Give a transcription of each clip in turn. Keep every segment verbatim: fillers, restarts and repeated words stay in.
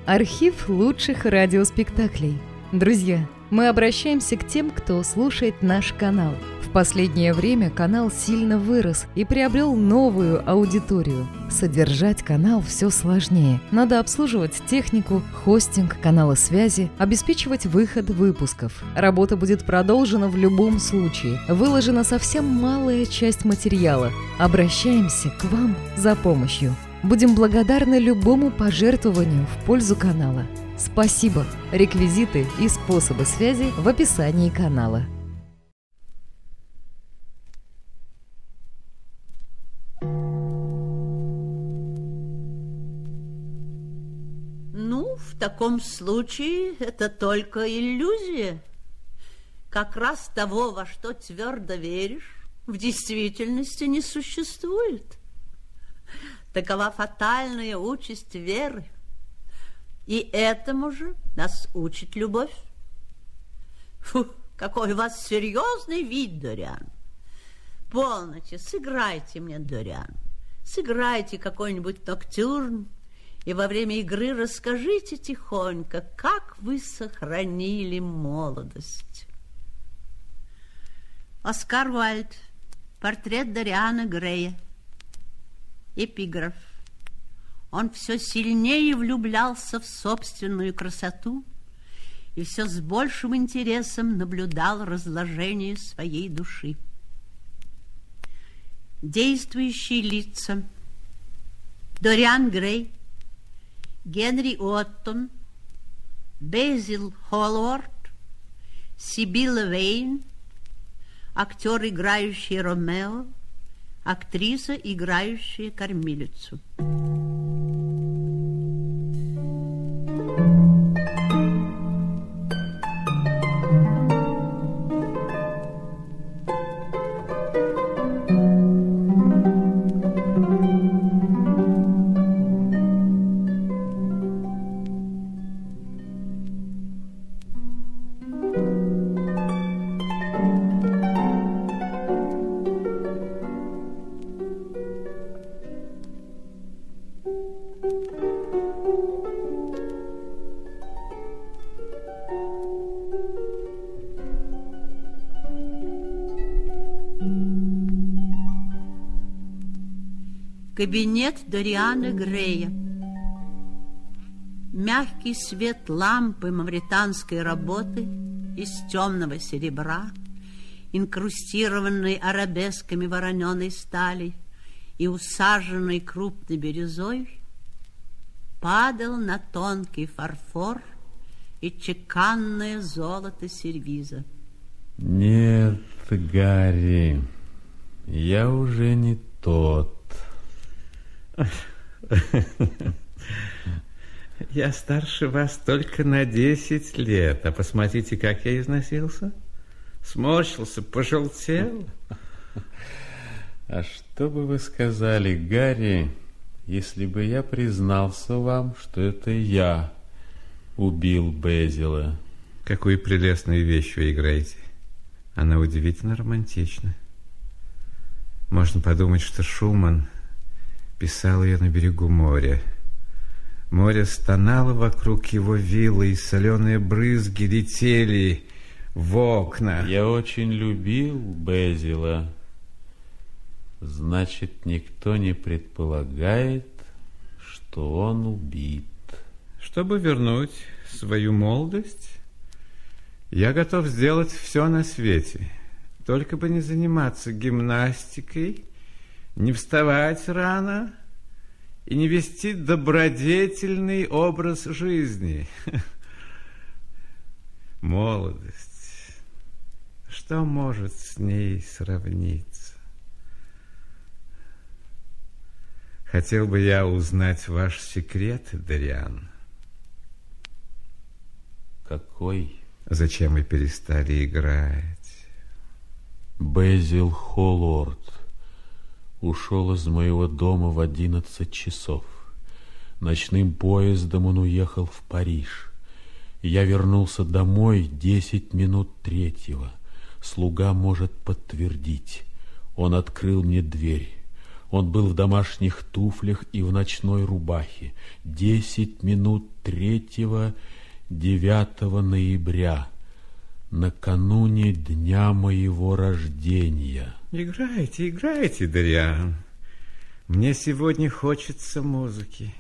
Архив лучших радиоспектаклей. Друзья, мы обращаемся к тем, кто слушает наш канал. В последнее время канал сильно вырос и приобрел новую аудиторию. Содержать канал все сложнее. Надо обслуживать технику, хостинг, каналы связи, обеспечивать выход выпусков. Работа будет продолжена в любом случае. Выложена совсем малая часть материала. Обращаемся к вам за помощью. Будем благодарны любому пожертвованию в пользу канала. Спасибо! Реквизиты и способы связи в описании канала. Ну, в таком случае это только иллюзия. Как раз того, во что твердо веришь, в действительности не существует. Такова фатальная участь веры. И этому же нас учит любовь. Фу, какой у вас серьезный вид, Дориан. Полноте, сыграйте мне, Дориан. Сыграйте какой-нибудь ноктюрн, и во время игры расскажите тихонько, как вы сохранили молодость. Оскар Уайльд. Портрет Дориана Грея. Эпиграф. Он все сильнее влюблялся в собственную красоту и все с большим интересом наблюдал разложение своей души. Действующие лица: Дориан Грей, Генри Уоттон, Безил Холлорд, Сибилла Вейн, актер, играющий Ромео, актриса, играющая кормилицу. Кабинет Дориана Грея. Мягкий свет лампы мавританской работы из темного серебра, инкрустированной арабесками вороненой стали и усаженной крупной бирюзой, падал на тонкий фарфор и чеканное золото сервиза. Нет, Гарри, я уже не тот. Я старше вас только на десять лет, а посмотрите, как я износился. Сморщился, пожелтел. А что бы вы сказали, Гарри, если бы я признался вам, что это я убил Безила? Какую прелестную вещь вы играете. Она удивительно романтична. Можно подумать, что Шуман писал ее на берегу моря. Море стонало вокруг его виллы, и соленые брызги летели в окна. Я очень любил Безила. Значит, никто не предполагает, что он убит. Чтобы вернуть свою молодость, я готов сделать все на свете. Только бы не заниматься гимнастикой, не вставать рано и не вести добродетельный образ жизни. Молодость. Что может с ней сравниться? Хотел бы я узнать ваш секрет, Дориан. Какой? Зачем вы перестали играть? Безил Холлорд ушел из моего дома в одиннадцать часов. Ночным поездом он уехал в Париж. Я вернулся домой десять минут третьего. Слуга может подтвердить. Он открыл мне дверь. Он был в домашних туфлях и в ночной рубахе. Десять минут третьего девятого ноября, накануне дня моего рождения. Играйте, играйте, Дориан. Мне сегодня хочется музыки.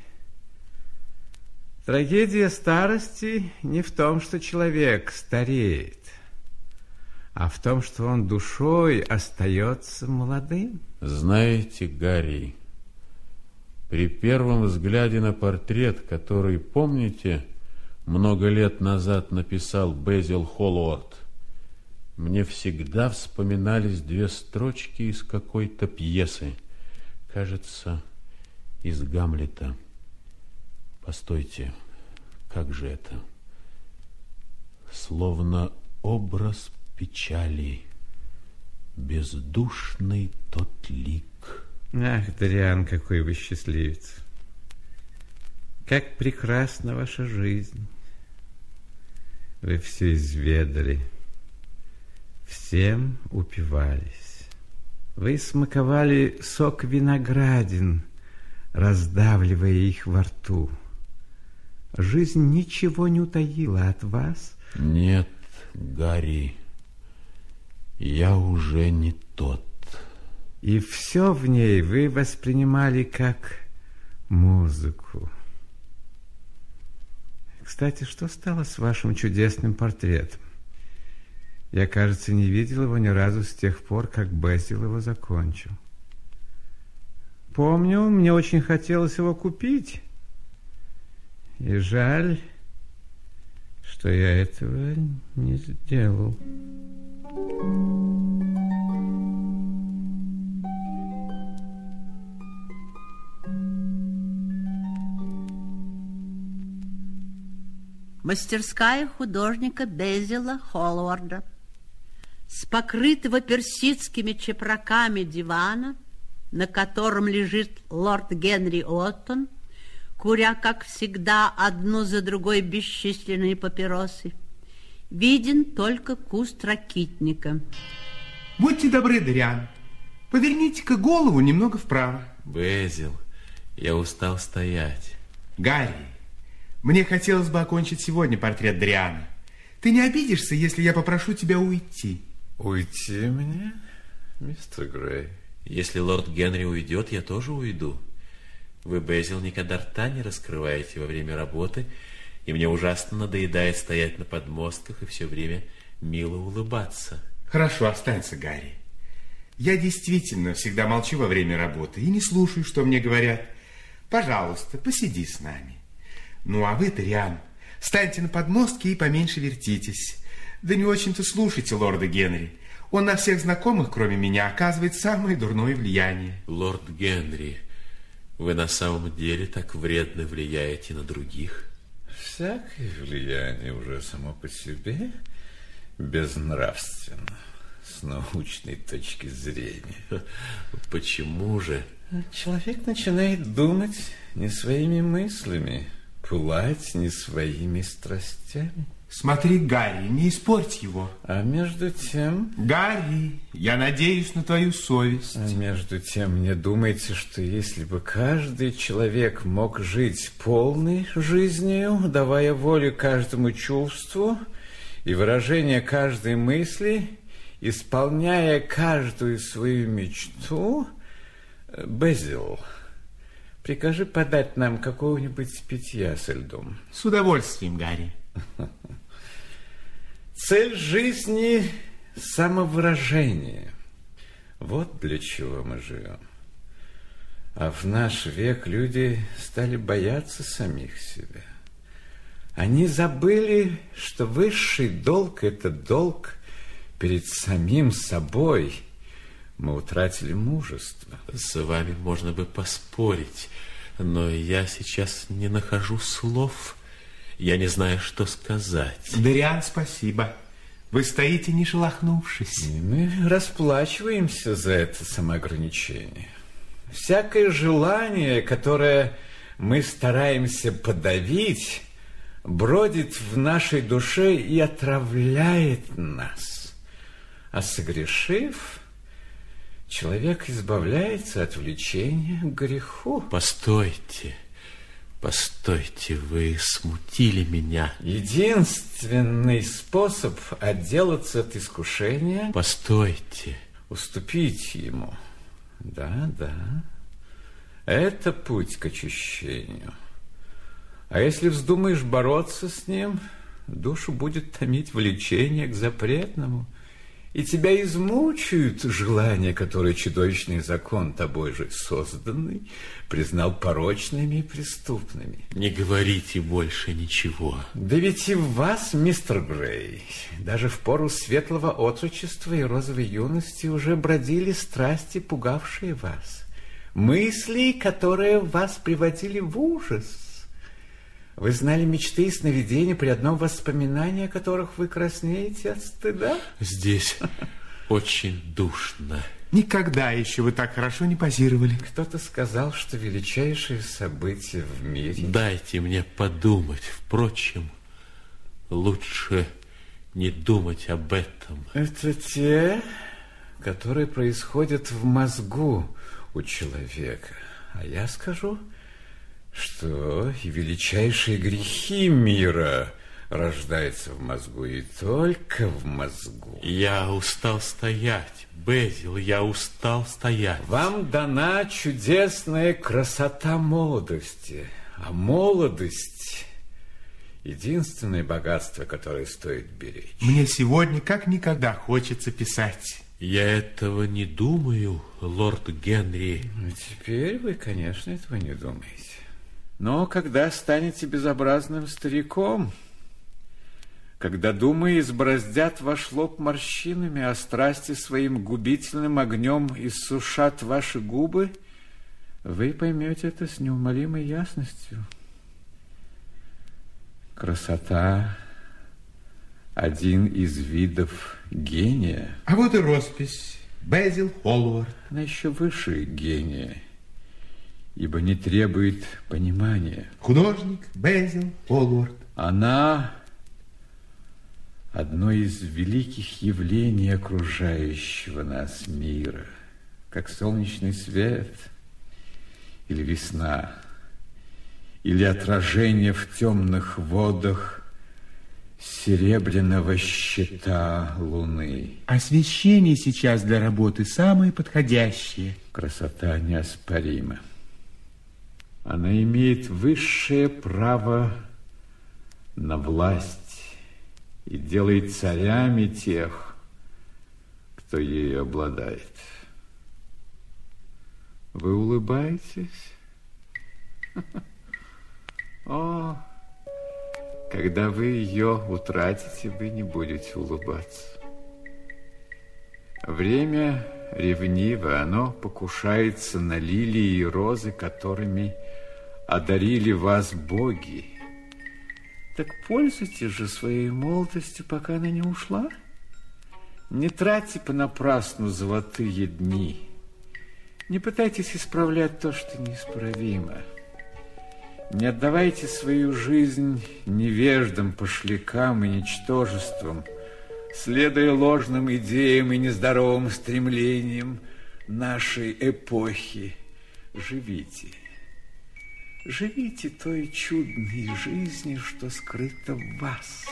Трагедия старости не в том, что человек стареет, а в том, что он душой остается молодым. Знаете, Гарри, при первом взгляде на портрет, который, помните, много лет назад написал Безил Холлоуорд, мне всегда вспоминались две строчки из какой-то пьесы, кажется, из Гамлета. Постойте, как же это? Словно образ печали, бездушный тот лик. Ах, Дориан, какой вы счастливец! Как прекрасна ваша жизнь! Вы все изведали, всем упивались. Вы смаковали сок виноградин, раздавливая их во рту. Жизнь ничего не утаила от вас? Нет, Гарри, я уже не тот. И все в ней вы воспринимали как музыку. Кстати, что стало с вашим чудесным портретом? Я, кажется, не видел его ни разу с тех пор, как Безил его закончил. Помню, мне очень хотелось его купить. И жаль, что я этого не сделал. Мастерская художника Безила Холлоуорда. С покрытого персидскими чепраками дивана, на котором лежит лорд Генри Оттон, куря, как всегда, одну за другой бесчисленные папиросы, виден только куст ракитника. Будьте добры, Дориан, поверните-ка голову немного вправо. Безил, я устал стоять. Гарри, мне хотелось бы окончить сегодня портрет Дориана. Ты не обидишься, если я попрошу тебя уйти? Уйти мне, мистер Грей? Если лорд Генри уйдет, я тоже уйду. Вы, Безил, никогда рта не раскрываете во время работы, и мне ужасно надоедает стоять на подмостках и все время мило улыбаться. Хорошо, останься, Гарри. Я действительно всегда молчу во время работы и не слушаю, что мне говорят. Пожалуйста, посиди с нами. Ну, а вы, Дориан, встаньте на подмостки и поменьше вертитесь. Да не очень-то слушайте лорда Генри. Он на всех знакомых, кроме меня, оказывает самое дурное влияние. Лорд Генри, вы на самом деле так вредно влияете на других? Всякое влияние уже само по себе безнравственно, с научной точки зрения. Почему же? Человек начинает думать не своими мыслями, пылать не своими страстями. Смотри, Гарри, не испорть его. А между тем... Гарри, я надеюсь на твою совесть. А между тем, не думайте, что если бы каждый человек мог жить полной жизнью, давая волю каждому чувству и выражение каждой мысли, исполняя каждую свою мечту... Безил, прикажи подать нам какого-нибудь питья со льдом. С удовольствием, Гарри. Цель жизни – самовыражение. Вот для чего мы живем. А в наш век люди стали бояться самих себя. Они забыли, что высший долг – это долг перед самим собой. Мы утратили мужество. С вами можно бы поспорить, но я сейчас не нахожу слов. Я не знаю, что сказать. Дориан, спасибо. Вы стоите, не шелохнувшись. И мы расплачиваемся за это самоограничение. Всякое желание, которое мы стараемся подавить, бродит в нашей душе и отравляет нас. А согрешив, человек избавляется от влечения к греху. Постойте, постойте, вы смутили меня. Единственный способ отделаться от искушения... Постойте. Уступить ему. Да, да. Это путь к очищению. А если вздумаешь бороться с ним, душу будет томить влечение к запретному, и тебя измучают желания, которые чудовищный закон, тобой же созданный, признал порочными и преступными. Не говорите больше ничего. Да ведь и в вас, мистер Грей, даже в пору светлого отрочества и розовой юности уже бродили страсти, пугавшие вас, мысли, которые вас приводили в ужас. Вы знали мечты и сновидения, при одном воспоминании о которых вы краснеете от стыда? Здесь очень душно. Никогда еще вы так хорошо не позировали. Кто-то сказал, что величайшее событие в мире... Дайте мне подумать. Впрочем, лучше не думать об этом. Это те, которые происходят в мозгу у человека. А я скажу, что и величайшие грехи мира рождаются в мозгу, и только в мозгу. Я устал стоять, Безил, я устал стоять. Вам дана чудесная красота молодости, а молодость — единственное богатство, которое стоит беречь. Мне сегодня как никогда хочется писать. Я этого не думаю, лорд Генри. Ну, теперь вы, конечно, этого не думаете. Но когда станете безобразным стариком, когда думы избороздят ваш лоб морщинами, а страсти своим губительным огнем иссушат ваши губы, вы поймете это с неумолимой ясностью. Красота — один из видов гения. А вот и роспись. Безил Холлвард. Она еще выше гения, ибо не требует понимания. Художник Безил Холлвард. Она одно из великих явлений окружающего нас мира, как солнечный свет, или весна, или отражение в темных водах серебряного щита луны. Освещение сейчас для работы самое подходящее. Красота неоспорима. Она имеет высшее право на власть и делает царями тех, кто ею обладает. Вы улыбаетесь? О, когда вы ее утратите, вы не будете улыбаться. Время ревниво, оно покушается на лилии и розы, которыми одарили вас боги. Так пользуйтесь же своей молодостью, пока она не ушла. Не тратьте понапрасну золотые дни. Не пытайтесь исправлять то, что неисправимо. Не отдавайте свою жизнь невеждам, пошлякам и ничтожествам, следуя ложным идеям и нездоровым стремлениям нашей эпохи. Живите. Живите той чудной жизнью, что скрыто в вас.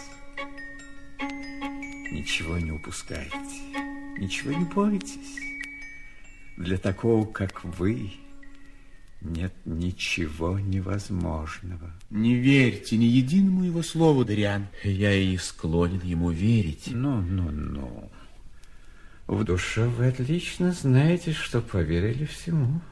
Ничего не упускайте, ничего не бойтесь. Для такого, как вы, нет ничего невозможного. Не верьте ни единому его слову, Дориан. Я и склонен ему верить. Ну, ну, ну. В душе вы отлично знаете, что поверили всему.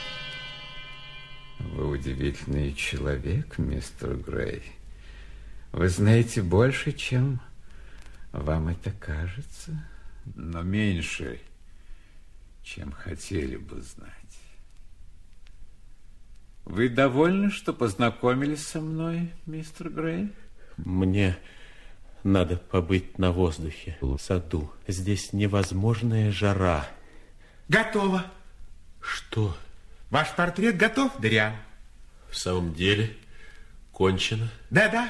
Вы удивительный человек, мистер Грей. Вы знаете больше, чем вам это кажется, но меньше, чем хотели бы знать. Вы довольны, что познакомились со мной, мистер Грей? Мне надо побыть на воздухе, в саду. Здесь невозможная жара. Готово. Что? Ваш портрет готов, Дориан? В самом деле, кончено? Да-да.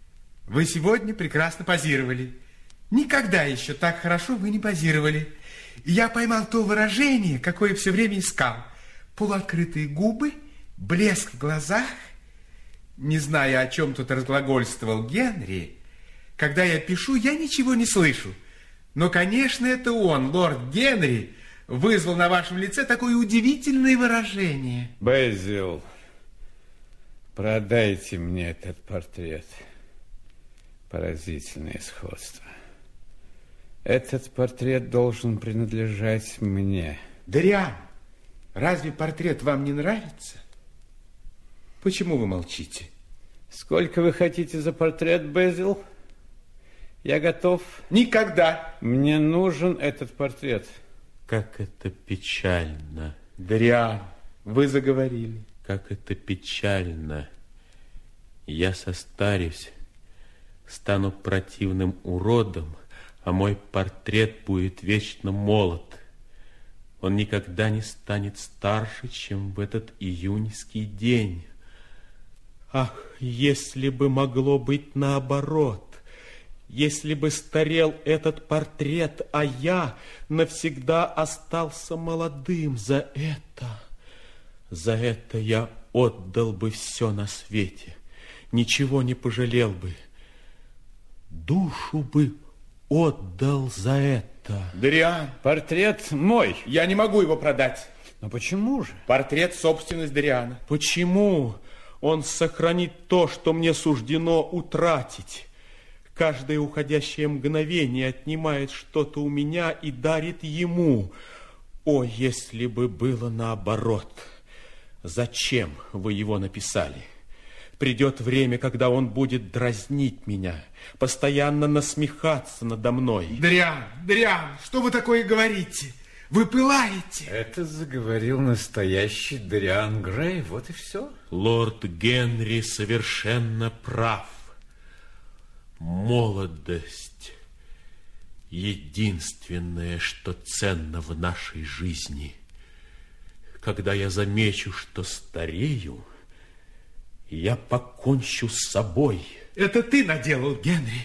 Вы сегодня прекрасно позировали. Никогда еще так хорошо вы не позировали. и я поймал то выражение, какое все время искал. Полуоткрытые губы, блеск в глазах. Не зная, о чем тут разглагольствовал Генри, когда я пишу, я ничего не слышу. Но, конечно, это он, лорд Генри, вызвал на вашем лице такое удивительное выражение. Безил, продайте мне этот портрет. Поразительное сходство. Этот портрет должен принадлежать мне. Дориан, разве портрет вам не нравится? Почему вы молчите? Сколько вы хотите за портрет, Безил? Я готов. Никогда. Мне нужен этот портрет. Как это печально. Дориан, вы заговорили. Как это печально. Я состарюсь, стану противным уродом, а мой портрет будет вечно молод. Он никогда не станет старше, чем в этот июньский день. Ах, если бы могло быть наоборот! Если бы старел этот портрет, а я навсегда остался молодым за это, за это я отдал бы все на свете, ничего не пожалел бы, душу бы отдал за это. Дориан, портрет мой. Я не могу его продать. Но почему же? Портрет — собственность Дориана. Почему? Он сохранит то, что мне суждено утратить. Каждое уходящее мгновение отнимает что-то у меня и дарит ему. О, если бы было наоборот! Зачем вы его написали? Придет время, когда он будет дразнить меня, постоянно насмехаться надо мной. Дориан, Дориан, что вы такое говорите? Вы пылаете. Это заговорил настоящий Дориан Грей, вот и все. Лорд Генри совершенно прав. Молодость — единственное, что ценно в нашей жизни. Когда я замечу, что старею, я покончу с собой. Это ты наделал, Генри.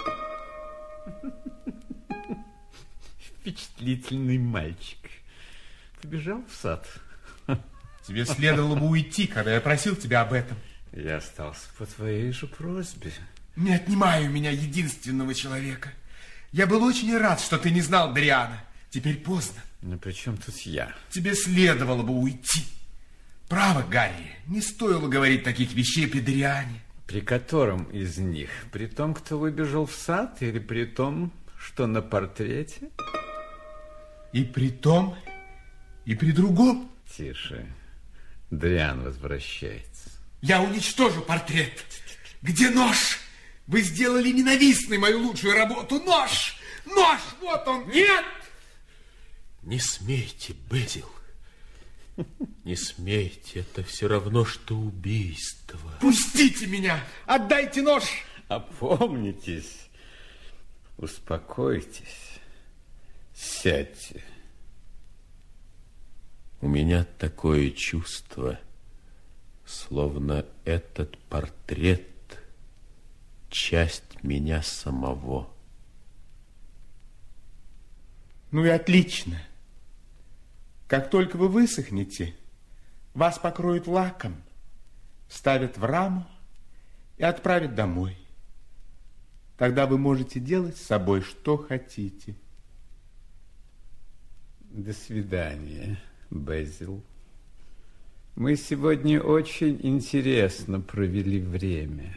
Впечатлительный мальчик. Побежал в сад. Тебе следовало бы уйти, когда я просил тебя об этом. Я остался по твоей же просьбе. Не отнимай у меня единственного человека. Я был очень рад, что ты не знал Дориана. Теперь поздно. Но при чем тут я? Тебе следовало бы уйти. Право, Гарри, не стоило говорить таких вещей при Дориане. При котором из них? При том, кто выбежал в сад, или при том, что на портрете? И при том, и при другом. Тише. Дориан возвращается. Я уничтожу портрет. Где нож? Вы сделали ненавистной мою лучшую работу. Нож! Нож! Вот он! Нет! Не смейте, Безил. Не смейте. Это все равно, что убийство. Пустите меня! Отдайте нож! Опомнитесь. Успокойтесь. Сядьте. У меня такое чувство, словно этот портрет — часть меня самого. Ну и отлично. Как только вы высохнете, вас покроют лаком, ставят в раму и отправят домой. Тогда вы можете делать с собой что хотите. До свидания, Безил. Мы сегодня очень интересно провели время.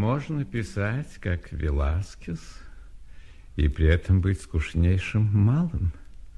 можно писать, как Веласкес, и при этом быть скучнейшим малым.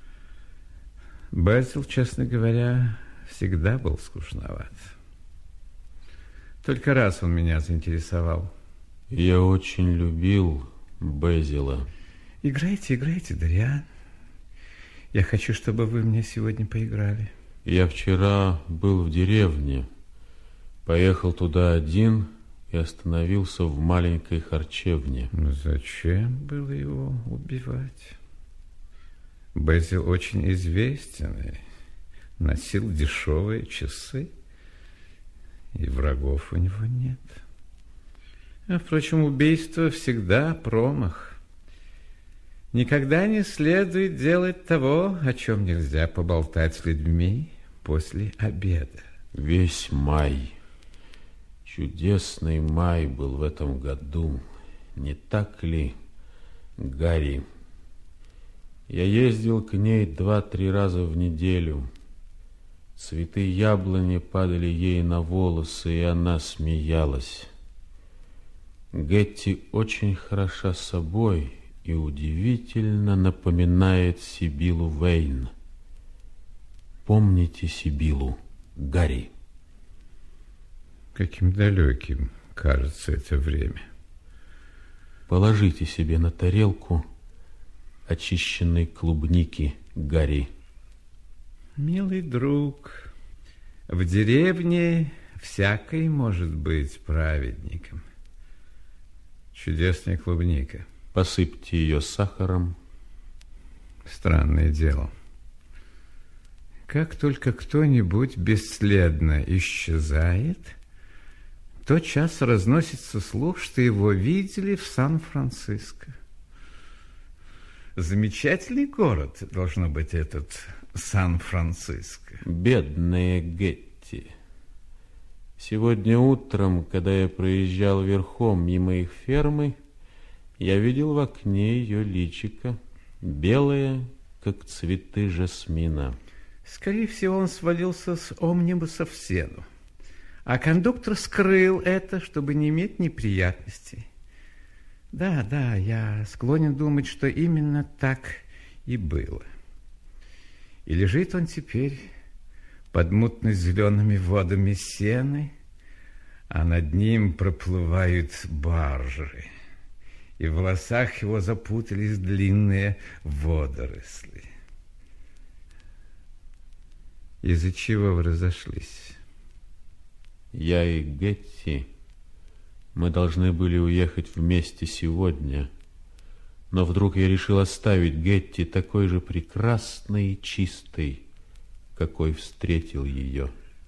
Безил, честно говоря, всегда был скучноват. Только раз он меня заинтересовал. Я очень любил Безила. Играйте, играйте, Дориан. Я хочу, чтобы вы мне сегодня поиграли. Я вчера был в деревне. Поехал туда один и остановился в маленькой харчевне. Но зачем было его убивать? Безил очень известен и носил дешевые часы, и врагов у него нет. А, впрочем, убийство всегда промах. Никогда не следует делать того, о чем нельзя поболтать с людьми после обеда. Весь май, чудесный май был в этом году, не так ли, Гарри? Я ездил к ней два-три раза в неделю. Цветы яблони падали ей на волосы, и она смеялась. Гетти очень хороша собой и удивительно напоминает Сибилу Вейн. Помните Сибилу, Гарри? Каким далеким кажется это время. Положите себе на тарелку очищенной клубники, Гарри. Милый друг, в деревне всякий может быть праведником. Чудесная клубника. Посыпьте ее сахаром. Странное дело. Как только кто-нибудь бесследно исчезает, тотчас разносится слух, что его видели в Сан-Франциско. Замечательный город должно быть этот Сан-Франциско. Бедная Гетти. Сегодня утром, когда я проезжал верхом мимо их фермы, я видел в окне ее личико, белое, как цветы жасмина. Скорее всего, он свалился с омнибуса в сену, а кондуктор скрыл это, чтобы не иметь неприятностей. Да, да, я склонен думать, что именно так и было. И лежит он теперь под мутно-зелеными водами Сены, а над ним проплывают баржи, и в волосах его запутались длинные водоросли. Из-за чего вы разошлись? Я и Гетти, мы должны были уехать вместе сегодня, но вдруг я решил оставить Гетти такой же прекрасной и чистой, какой встретил ее.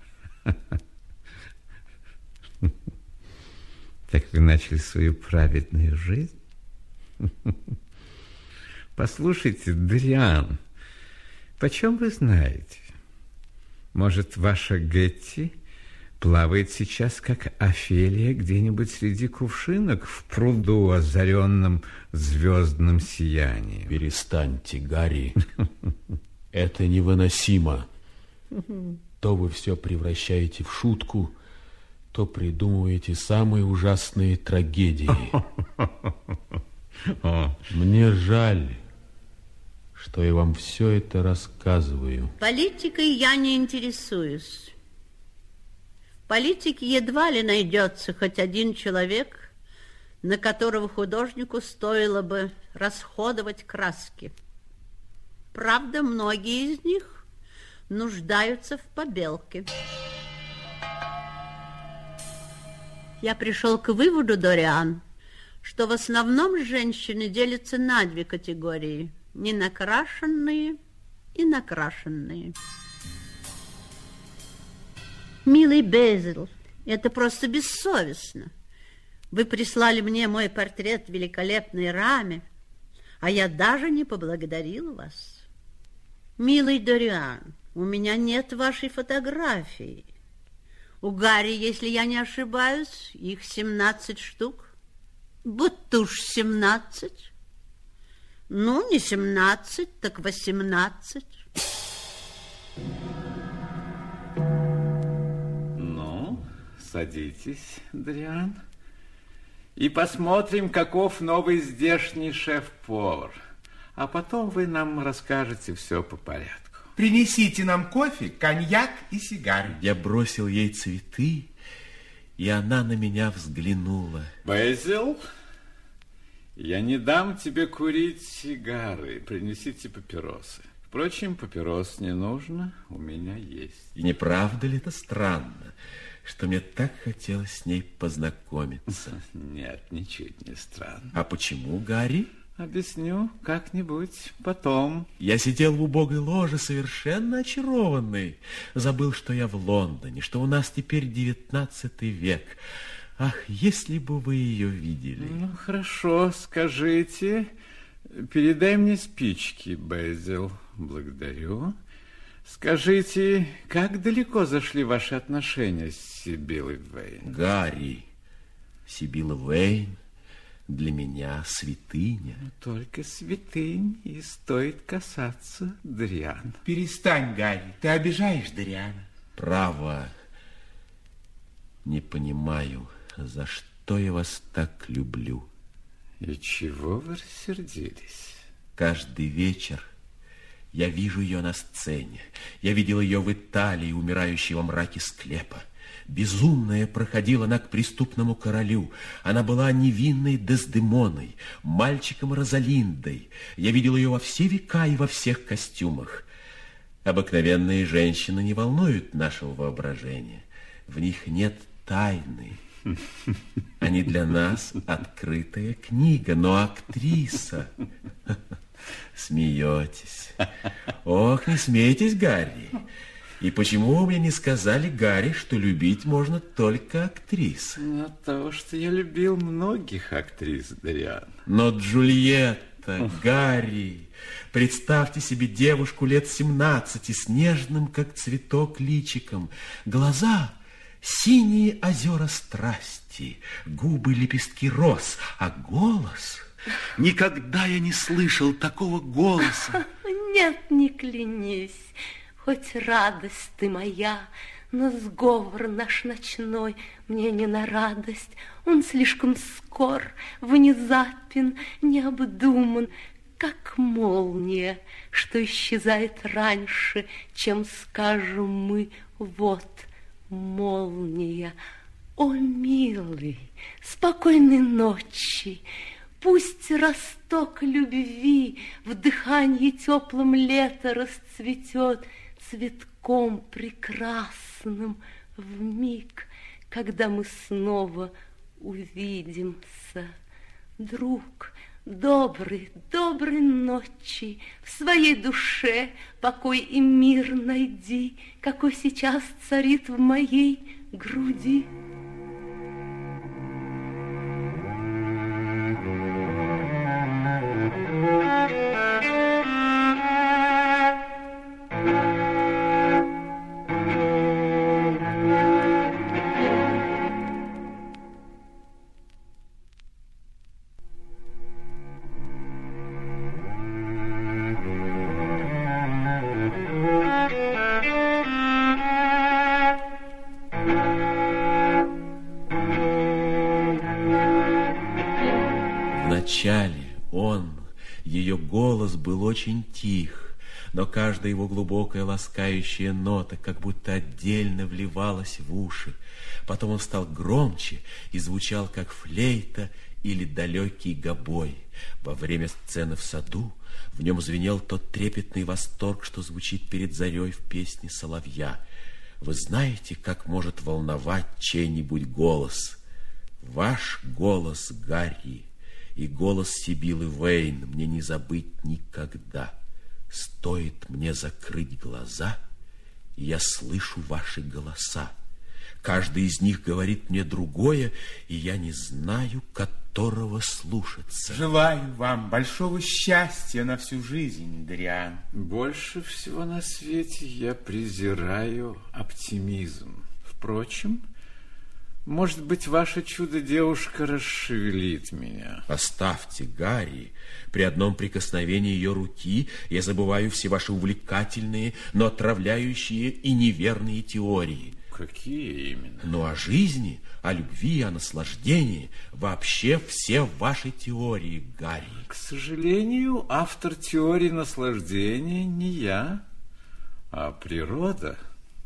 Так вы начали свою праведную жизнь? Послушайте, Дориан, почем вы знаете? Может, ваша Гетти плавает сейчас, как Офелия, где-нибудь среди кувшинок в пруду, озаренном звездным сиянием? Перестаньте, Гарри. Это невыносимо. То вы все превращаете в шутку, то придумываете самые ужасные трагедии. Мне жаль, что я вам все это рассказываю. Политикой я не интересуюсь. В политике едва ли найдется хоть один человек, на которого художнику стоило бы расходовать краски. Правда, многие из них нуждаются в побелке. Я пришел к выводу, Дориан, что в основном женщины делятся на две категории: ненакрашенные и накрашенные. Милый Безил, это просто бессовестно. Вы прислали мне мой портрет в великолепной раме, а я даже не поблагодарил вас. Милый Дориан, у меня нет вашей фотографии. У Гарри, если я не ошибаюсь, их семнадцать штук. Будто уж семнадцать. Ну, не семнадцать, так восемнадцать. Ну, садитесь, Дориан. И посмотрим, каков новый здешний шеф-повар. А потом вы нам расскажете все по порядку. Принесите нам кофе, коньяк и сигары. Я бросил ей цветы, и она на меня взглянула. Бэзил, я не дам тебе курить сигары. Принесите папиросы. Впрочем, папирос не нужно, у меня есть. И не правда ли это странно, что мне так хотелось с ней познакомиться? Нет, ничуть не странно. А почему, Гарри? Объясню как-нибудь потом. Я сидел в убогой ложе, совершенно очарованный. Забыл, что я в Лондоне, что у нас теперь девятнадцатый век. Ах, если бы вы ее видели. Ну, хорошо, скажите. Передай мне спички, Бэзил. Благодарю. Скажите, как далеко зашли ваши отношения с Сибиллой Вейн? Гарри, Сибилла Вейн для меня святыня. Но только святынь и стоит касаться Дориана. Перестань, Гарри, ты обижаешь Дориана. Право, не понимаю, за что я вас так люблю. И чего вы рассердились? Каждый вечер я вижу ее на сцене. Я видел ее в Италии, умирающей во мраке склепа. Безумная проходила она к преступному королю. Она была невинной Дездемоной, мальчиком Розалиндой. Я видел ее во все века и во всех костюмах. Обыкновенные женщины не волнуют нашего воображения. В них нет тайны. Они для нас открытая книга, но актриса... Смеетесь. Ох, не смейтесь, Гарри. И почему вы мне не сказали, Гарри, что любить можно только актрис? Ну, от того, что я любил многих актрис, Дориан. Но Джульетта, Гарри, представьте себе девушку лет семнадцати с нежным, как цветок, личиком, глаза синие озера страсти, губы лепестки роз, а голос... Никогда я не слышал такого голоса. Нет, не клянись, хоть радость ты моя, но сговор наш ночной мне не на радость. Он слишком скор, внезапен, необдуман, как молния, что исчезает раньше, чем скажем мы «вот молния». О, милый, спокойной ночи! Пусть росток любви в дыхании теплом лета расцветет цветком прекрасным в миг, когда мы снова увидимся. Друг, добрый, доброй ночи, в своей душе покой и мир найди, какой сейчас царит в моей груди. Вначале он, ее голос был очень тих, но каждая его глубокая ласкающая нота как будто отдельно вливалась в уши. Потом он стал громче и звучал как флейта или далекий гобой. Во время сцены в саду в нем звенел тот трепетный восторг, что звучит перед зарей в песне соловья. Вы знаете, как может волновать чей-нибудь голос? Ваш голос, Гарри, и голос Сибиллы Вейн мне не забыть никогда. Стоит мне закрыть глаза, и я слышу ваши голоса. Каждый из них говорит мне другое, и я не знаю, которого слушаться. Желаю вам большого счастья на всю жизнь, Дориан. Больше всего на свете я презираю оптимизм. Впрочем, может быть, ваша чудо-девушка расшевелит меня. Оставьте, Гарри. При одном прикосновении ее руки я забываю все ваши увлекательные, но отравляющие и неверные теории. Какие именно? Ну, о жизни, о любви, о наслаждении. Вообще все в вашей теории, Гарри. К сожалению, автор теории наслаждения не я, а природа.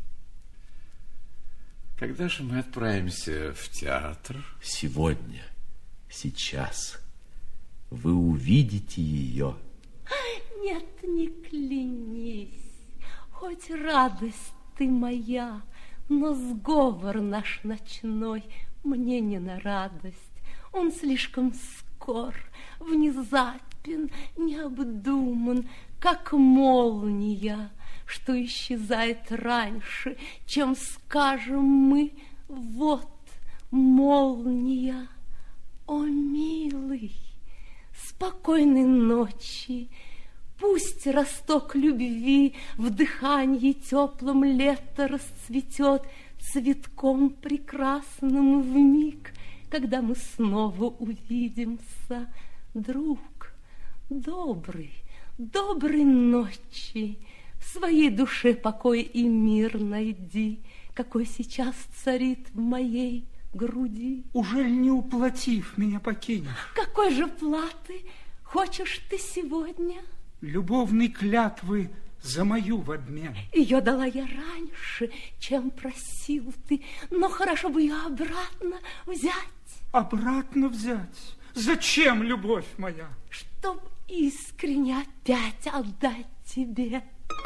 Когда же мы отправимся в театр? Сегодня, сейчас. Вы увидите ее. Нет, не клянись, хоть радость ты моя, но сговор наш ночной мне не на радость. Он слишком скор, внезапен, необдуман, как молния, что исчезает раньше, чем скажем мы: вот молния. О, милый, спокойной ночи, пусть росток любви в дыхании теплом лета расцветет цветком прекрасным вмиг, когда мы снова увидимся. Друг, добрый, доброй ночи, в своей душе покой и мир найди, какой сейчас царит в моей груди. Ужель не уплатив, меня покинешь? Какой же платы хочешь ты сегодня? Любовной клятвы за мою в обмен. Ее дала я раньше, чем просил ты, но хорошо бы ее обратно взять. Обратно взять? Зачем, любовь моя? Чтоб искренне опять отдать тебе.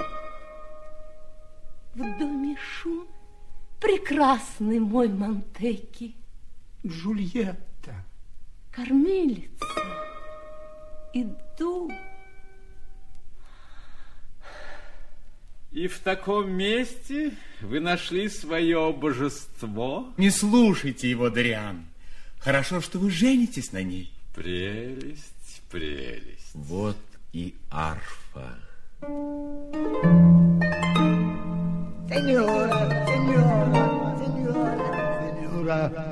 В доме шум, прекрасный мой Монтеки. Джульетта. Кормилица. Иду. И в таком месте вы нашли свое божество? Не слушайте его, Дориан. Хорошо, что вы женитесь на ней. Прелесть, прелесть. Вот и арфа. Сеньора, сеньора, сеньора, сеньора.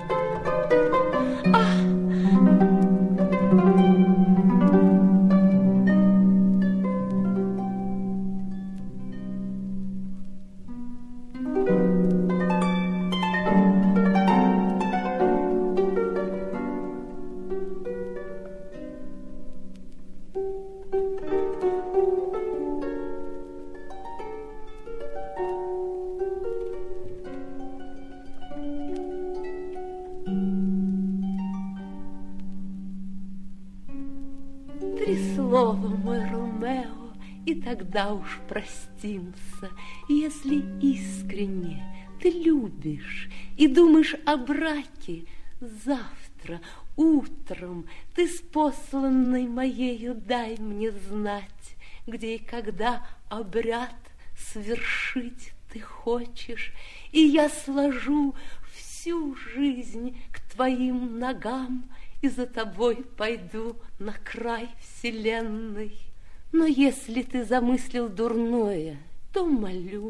Тогда уж простимся, если искренне ты любишь и думаешь о браке. Завтра утром ты с посланной моею дай мне знать, где и когда обряд свершить ты хочешь, и я сложу всю жизнь к твоим ногам и за тобой пойду на край вселенной. Но если ты замыслил дурное, то молю.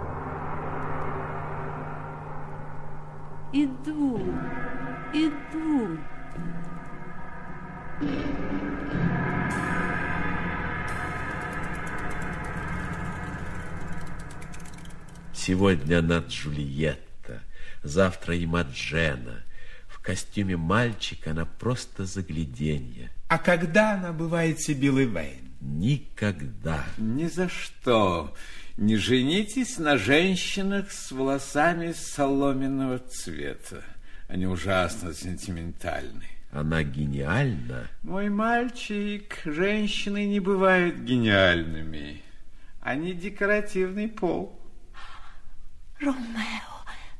Иду, иду. Сегодня она Джульетта, завтра Имаджена. В костюме мальчика она просто загляденье. А когда она бывает Сибиллой Вейн? Никогда. Ни за что не женитесь на женщинах с волосами соломенного цвета. Они ужасно сентиментальны. Она гениальна. Мой мальчик, женщины не бывают гениальными. Они декоративный пол. Ромео,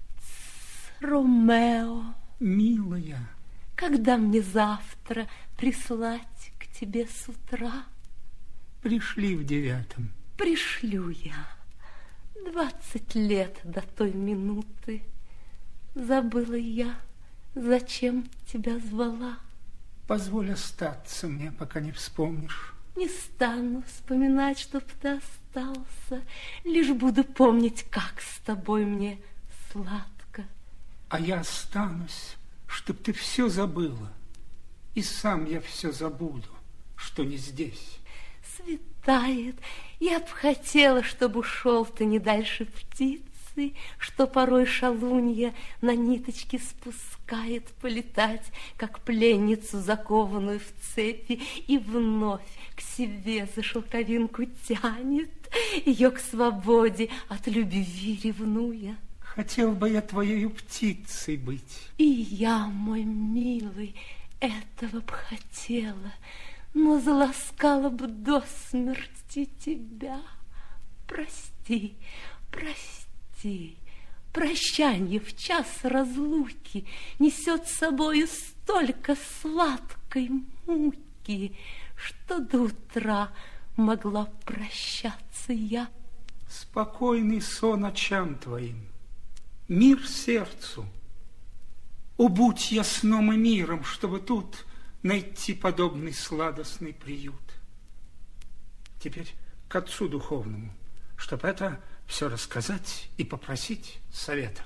Ромео. Милая. Когда мне завтра прислать к тебе с утра? Пришли в девятом. Пришлю я. Двадцать лет до той минуты. Забыла я, зачем тебя звала. Позволь остаться мне, пока не вспомнишь. Не стану вспоминать, чтоб ты остался. Лишь буду помнить, как с тобой мне сладко. А я останусь, чтоб ты все забыла. И сам я все забуду, что не здесь. Светает, я б хотела, чтобы ушел ты не дальше птиц. птицы, что порой шалунья на ниточке спускает полетать, как пленницу, закованную в цепи, и вновь к себе за шелковинку тянет, ее к свободе от любви ревнуя. Хотел бы я твоею птицей быть. И я, мой милый, этого б хотела, но заласкала б до смерти тебя. Прости, прости, прощанье в час разлуки несет с собою столько сладкой муки, что до утра могла прощаться я. Спокойный сон очам твоим, мир сердцу. Убудь я сном и миром, чтобы тут найти подобный сладостный приют. Теперь к отцу духовному, чтобы это все рассказать и попросить совета.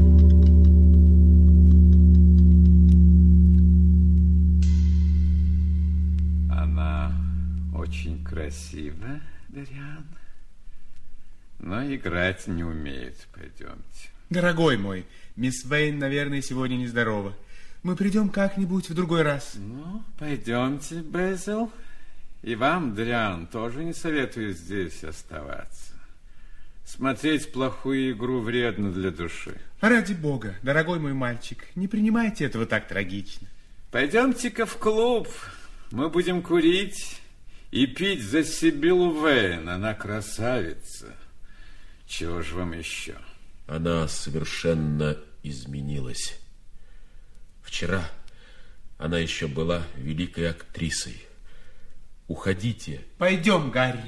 Она очень красива, Дориан, но играть не умеет. Пойдемте. Дорогой мой, мисс Вейн, наверное, сегодня нездорова. Мы придем как-нибудь в другой раз. Ну, пойдемте, Безил. И вам, Дориан, тоже не советую здесь оставаться. Смотреть плохую игру вредно для души. Ради бога, дорогой мой мальчик, не принимайте этого так трагично. Пойдемте-ка в клуб. Мы будем курить и пить за Сибиллу Вейн. Она красавица. Чего же вам еще? Она совершенно изменилась. Вчера она еще была великой актрисой. Уходите. Пойдем, Гарри.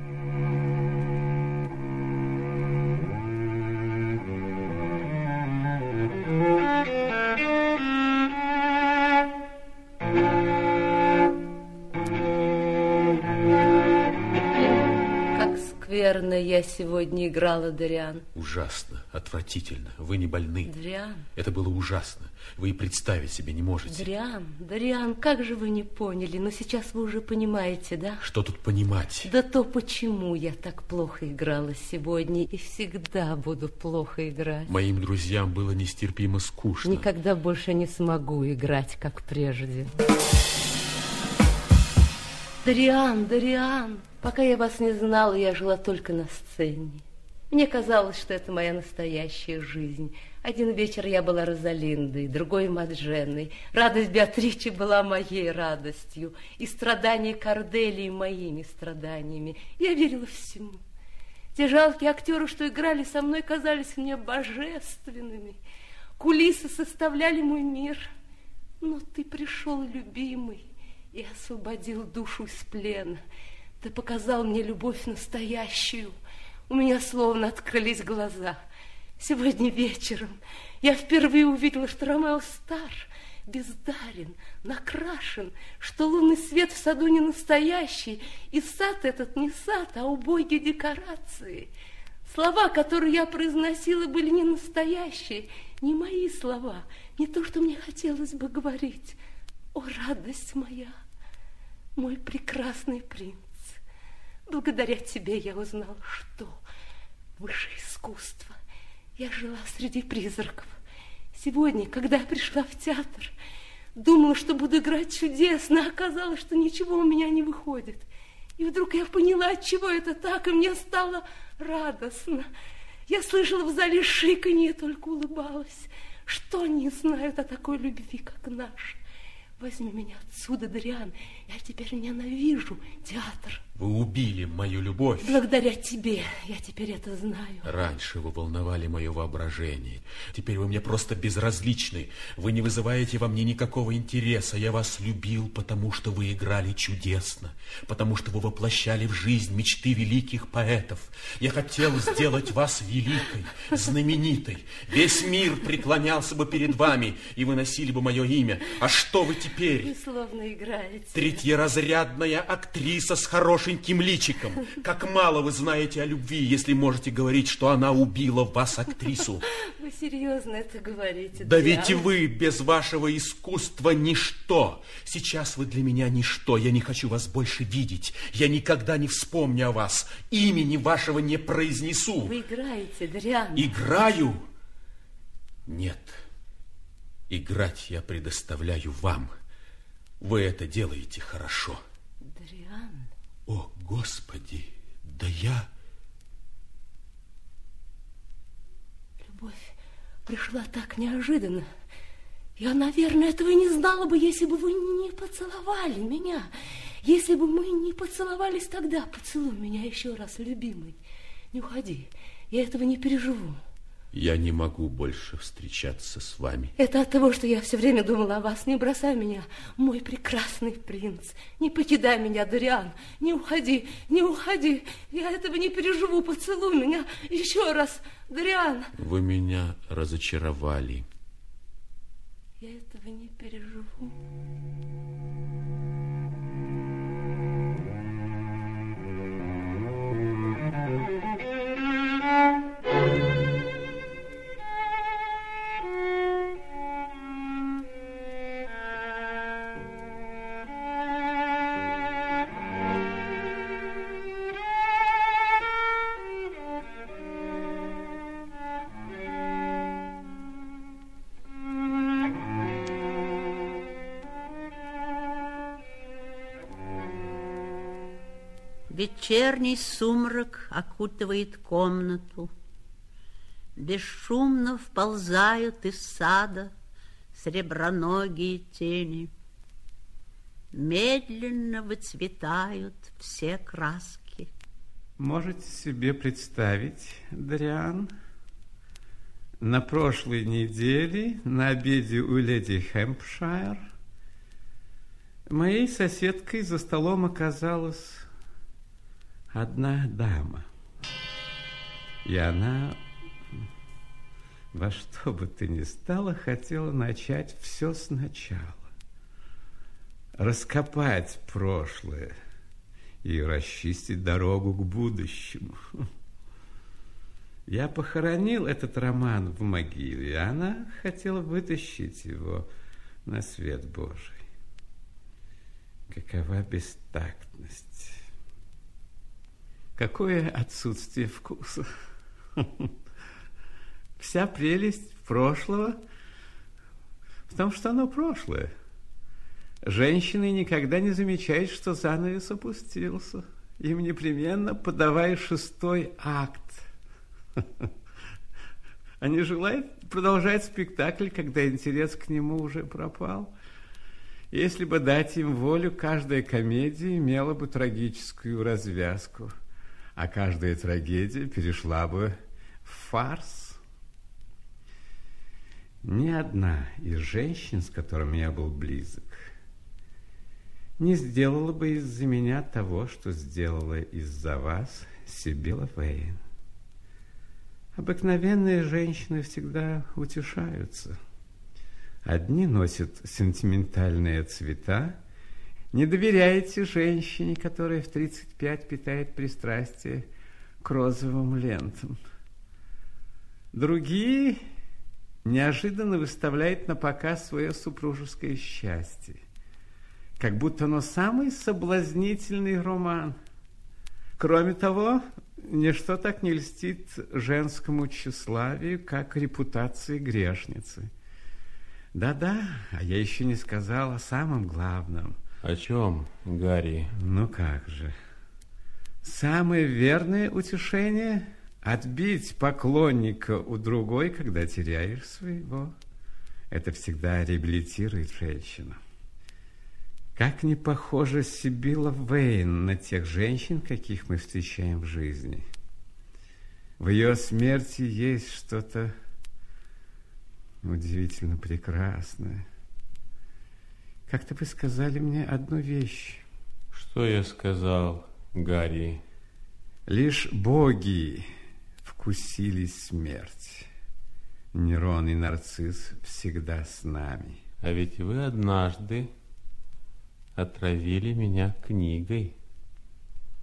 Скверно я сегодня играла, Дориан. Ужасно, отвратительно. Вы не больны. Дориан. Это было ужасно. Вы и представить себе не можете. Дориан, Дориан, как же вы не поняли? Но сейчас вы уже понимаете, да? Что тут понимать? Да то, почему я так плохо играла сегодня и всегда буду плохо играть. Моим друзьям было нестерпимо скучно. Никогда больше не смогу играть, как прежде. Дориан, Дориан, пока я вас не знала, я жила только на сцене. Мне казалось, что это моя настоящая жизнь. Один вечер я была Розалиндой, другой Мадженной. Радость Беатричи была моей радостью, и страдания Корделии моими страданиями. Я верила всему. Те жалкие актеры, что играли со мной, казались мне божественными. Кулисы составляли мой мир. Но ты пришел, любимый, и освободил душу из плена. Ты показал мне любовь настоящую. У меня словно открылись глаза. Сегодня вечером я впервые увидела, что Ромео стар, бездарен, накрашен, что лунный свет в саду не настоящий, и сад этот не сад, а убогие декорации. Слова, которые я произносила, были не настоящие, не мои слова, не то, что мне хотелось бы говорить. О, радость моя, мой прекрасный принц! Благодаря тебе я узнала, что высшее искусство. Я жила среди призраков. Сегодня, когда я пришла в театр, думала, что буду играть чудесно, а оказалось, что ничего у меня не выходит. И вдруг я поняла, отчего это так, и мне стало радостно. Я слышала в зале шиканье и только улыбалась. Что они знают о такой любви, как наша? Возьми меня отсюда, Дориан. Я теперь ненавижу театр. Вы убили мою любовь. Благодаря тебе я теперь это знаю. Раньше вы волновали мое воображение. Теперь вы мне просто безразличны. Вы не вызываете во мне никакого интереса. Я вас любил, потому что вы играли чудесно. Потому что вы воплощали в жизнь мечты великих поэтов. Я хотел сделать вас великой, знаменитой. Весь мир преклонялся бы перед вами, и вы носили бы мое имя. А что вы теперь? Вы словно играете. Третьеразрядная актриса с хорошим хорошеньким личиком. Как мало вы знаете о любви, если можете говорить, что она убила в вас актрису. Вы серьезно это говорите? Да ведь и вы без вашего искусства ничто. Сейчас вы для меня ничто. Я не хочу вас больше видеть. Я никогда не вспомню о вас. Имени вашего не произнесу. Вы играете, Дориан. Играю? Нет. Играть я предоставляю вам. Вы это делаете хорошо. Дориан. О, Господи, да я... Любовь пришла так неожиданно. Я, наверное, этого и не знала бы, если бы вы не поцеловали меня. Если бы мы не поцеловались тогда. Поцелуй меня еще раз, любимый. Не уходи, я этого не переживу. Я не могу больше встречаться с вами. Это от того, что я все время думала о вас. Не бросай меня, мой прекрасный принц. Не покидай меня, Дориан. Не уходи, не уходи. Я этого не переживу. Поцелуй меня еще раз, Дориан. Вы меня разочаровали. Я этого не переживу. Вечерний сумрак окутывает комнату. Бесшумно вползают из сада среброногие тени. Медленно выцветают все краски. Можете себе представить, Дориан, на прошлой неделе на обеде у леди Хэмпшайр моей соседкой за столом оказалась одна дама. И она во что бы то ни стало хотела начать все сначала. Раскопать прошлое и расчистить дорогу к будущему. Я похоронил этот роман в могиле, а она хотела вытащить его на свет Божий. Какова бестактность! Какое отсутствие вкуса! Вся прелесть прошлого в том, что оно прошлое. Женщины никогда не замечают, что занавес опустился. Им непременно подавай шестой акт. Они желают продолжать спектакль, когда интерес к нему уже пропал. Если бы дать им волю, каждая комедия имела бы трагическую развязку, а каждая трагедия перешла бы в фарс. Ни одна из женщин, с которыми я был близок, не сделала бы из-за меня того, что сделала из-за вас Сибилла Вейн. Обыкновенные женщины всегда утешаются. Одни носят сентиментальные цвета. Не доверяете женщине, которая в тридцать пять питает пристрастие к розовым лентам. Другие неожиданно выставляют на показ свое супружеское счастье, как будто оно самый соблазнительный роман. Кроме того, ничто так не льстит женскому тщеславию, как репутация грешницы. Да-да, а я еще не сказал о самом главном. О чем, Гарри? Ну как же. Самое верное утешение – отбить поклонника у другой, когда теряешь своего. Это всегда реабилитирует женщину. Как не похожа Сибилла Вейн на тех женщин, каких мы встречаем в жизни. В ее смерти есть что-то удивительно прекрасное. Как-то вы сказали мне одну вещь. Что я сказал, Гарри? Лишь боги вкусили смерть. Нерон и Нарцисс всегда с нами. А ведь вы однажды отравили меня книгой.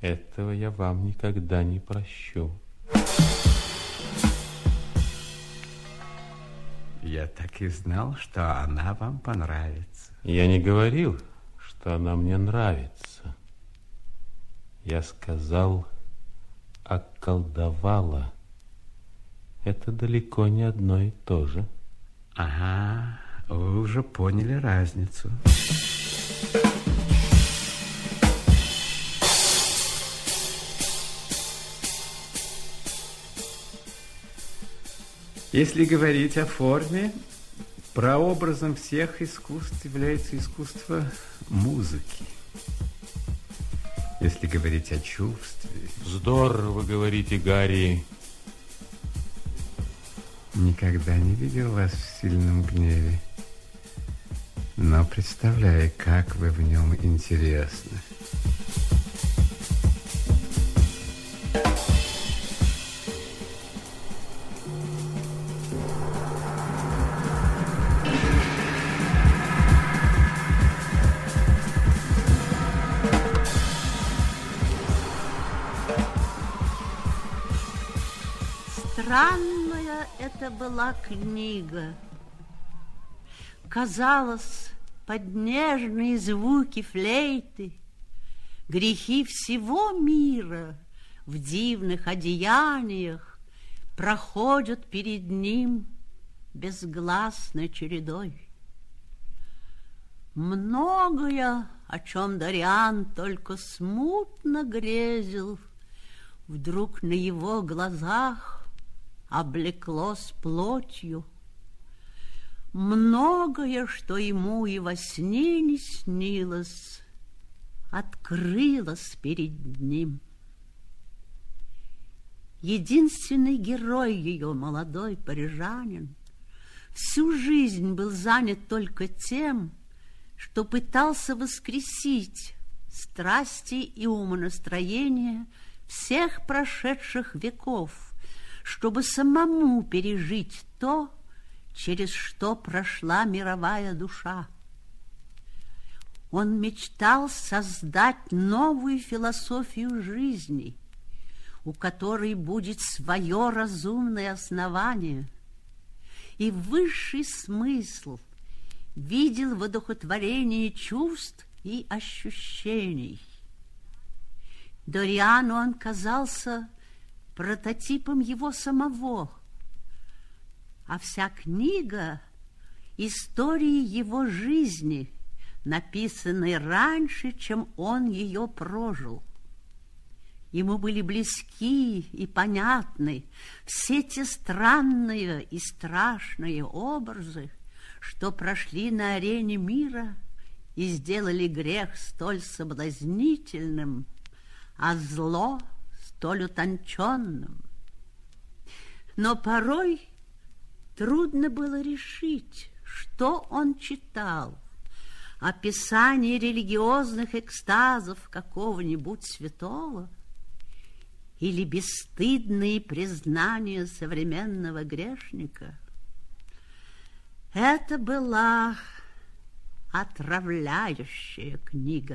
Этого я вам никогда не прощу. Я так и знал, что она вам понравится. Я не говорил, что она мне нравится. Я сказал, околдовала. Это далеко не одно и то же. Ага, вы уже поняли разницу. Если говорить о форме, прообразом всех искусств является искусство музыки. Если говорить о чувстве... Здорово вы говорите, Гарри. Никогда не видел вас в сильном гневе, но представляю, как вы в нем интересны. Странная это была книга. Казалось, под нежные звуки флейты грехи всего мира в дивных одеяниях проходят перед ним безгласной чередой. Многое, о чем Дориан только смутно грезил, вдруг на его глазах облеклось плотью. Многое, что ему и во сне не снилось, открылось перед ним. Единственный герой ее, молодой парижанин, всю жизнь был занят только тем, что пытался воскресить страсти и умонастроения всех прошедших веков, чтобы самому пережить то, через что прошла мировая душа. Он мечтал создать новую философию жизни, у которой будет свое разумное основание, и высший смысл видел в одухотворении чувств и ощущений. Дориану он казался прототипом его самого, а вся книга — историей его жизни, написанной раньше, чем он ее прожил. Ему были близки и понятны все те странные и страшные образы, что прошли на арене мира и сделали грех столь соблазнительным, а зло столь утонченным. Но порой трудно было решить, что он читал: описание религиозных экстазов какого-нибудь святого или бесстыдные признания современного грешника. Это была отравляющая книга.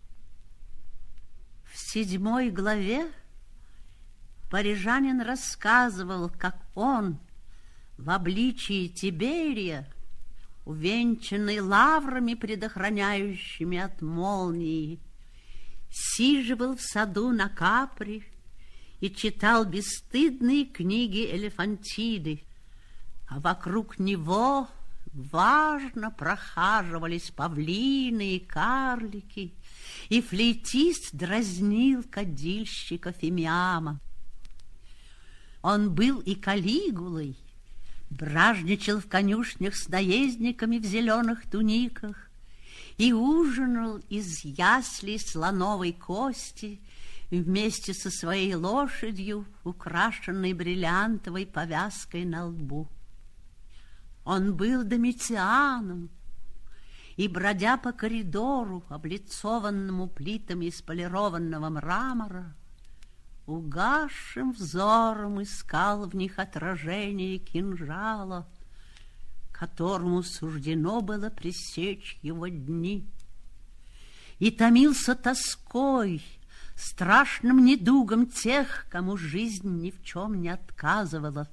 В седьмой главе парижанин рассказывал, как он в обличии Тиберия, увенчанный лаврами, предохраняющими от молнии, сиживал в саду на Капри и читал бесстыдные книги Элефантиды, а вокруг него важно прохаживались павлины и карлики, и флейтист дразнил кадильщика Фимиама. Он был и Калигулой, бражничал в конюшнях с наездниками в зеленых туниках и ужинал из яслей слоновой кости вместе со своей лошадью, украшенной бриллиантовой повязкой на лбу. Он был Домицианом и, бродя по коридору, облицованному плитами из полированного мрамора, угасшим взором искал в них отражение кинжала, которому суждено было пресечь его дни, и томился тоской, страшным недугом тех, кому жизнь ни в чем не отказывала.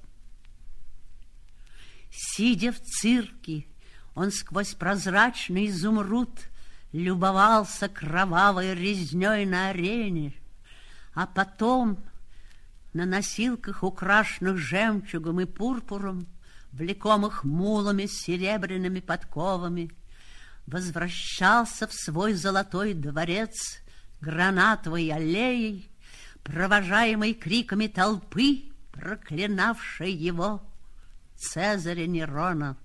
Сидя в цирке, он сквозь прозрачный изумруд любовался кровавой резней на арене, а потом на носилках, украшенных жемчугом и пурпуром, влекомых мулами с серебряными подковами, возвращался в свой золотой дворец гранатовой аллеей, провожаемый криками толпы, проклинавшей его, Цезаря Нерона.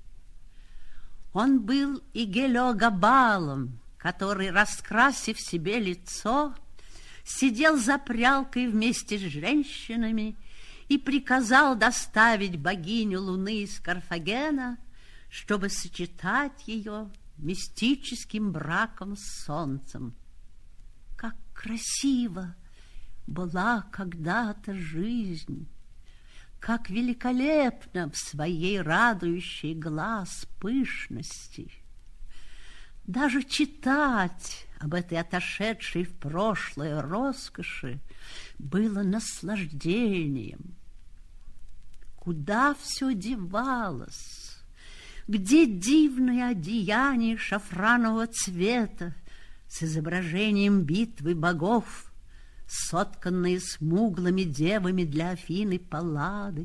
Он был и Гелиогабалом, который, раскрасив себе лицо, сидел за прялкой вместе с женщинами и приказал доставить богиню Луны из Карфагена, чтобы сочетать ее мистическим браком с солнцем. Как красиво была когда-то жизнь! Как великолепно в своей радующей глаз пышности! Даже читать об этой отошедшей в прошлое роскоши было наслаждением. Куда все девалось? Где дивное одеяние шафранового цвета с изображением битвы богов, сотканные смуглыми девами для Афины Паллады?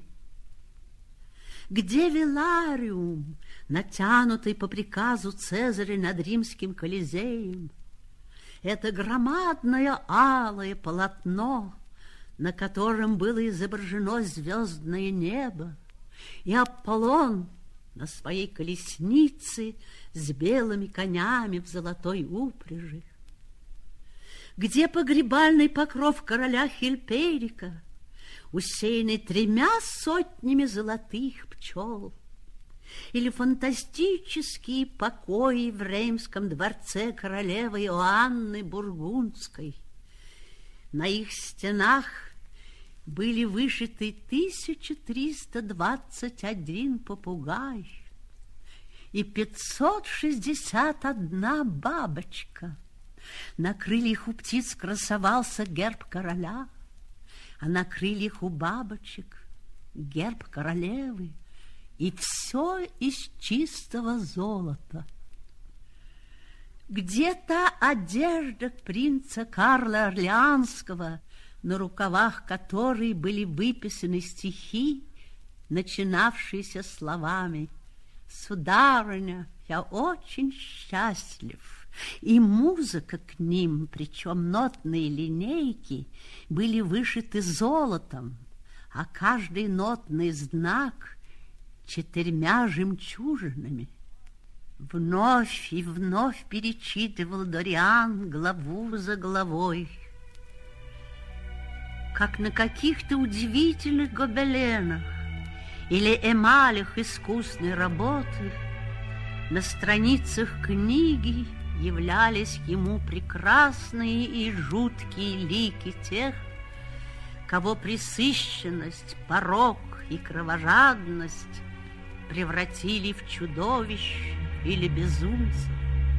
Где велариум, натянутый по приказу Цезаря над римским Колизеем? Это громадное алое полотно, на котором было изображено звездное небо, и Аполлон на своей колеснице с белыми конями в золотой упряжи. Где погребальный покров короля Хильперика, усеянный тремя сотнями золотых пчел? Или фантастические покои в Реймском дворце королевы Иоанны Бургундской? На их стенах были вышиты тысяча триста двадцать один попугай и пятьсот шестьдесят одна бабочка. На крыльях у птиц красовался герб короля, а на крыльях у бабочек герб королевы, и все из чистого золота. Где-то одежда принца Карла Орлеанского, на рукавах которой были выписаны стихи, начинавшиеся словами: «Сударыня, я очень счастлив», и музыка к ним, причем нотные линейки, были вышиты золотом, а каждый нотный знак четырьмя жемчужинами. Вновь и вновь перечитывал Дориан главу за главой. Как на каких-то удивительных гобеленах или эмалях искусной работы на страницах книги являлись ему прекрасные и жуткие лики тех, кого пресыщенность, порок и кровожадность превратили в чудовищ или безумцев.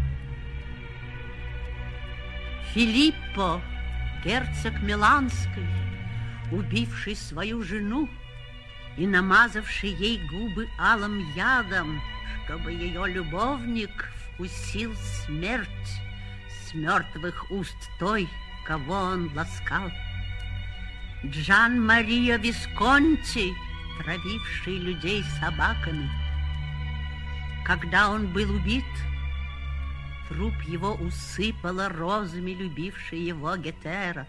Филиппо, герцог Миланской, убивший свою жену и намазавший ей губы алым ядом, чтобы ее любовник вкусил смерть с мертвых уст той, кого он ласкал. Джан-Мария Висконти, травивший людей собаками. Когда он был убит, труп его усыпала розами любившая его Гетера.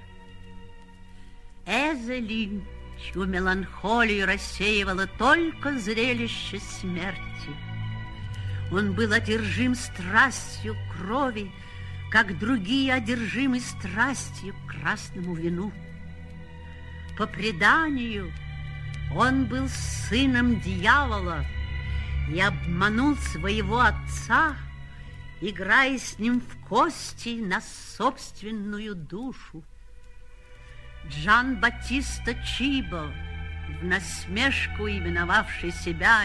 Эзелин, чью меланхолию рассеивало только зрелище смерти. Он был одержим страстью крови, как другие одержимы страстью к красному вину. По преданию, он был сыном дьявола и обманул своего отца, играя с ним в кости на собственную душу. Джан-Батиста Чибо, в насмешку именовавший себя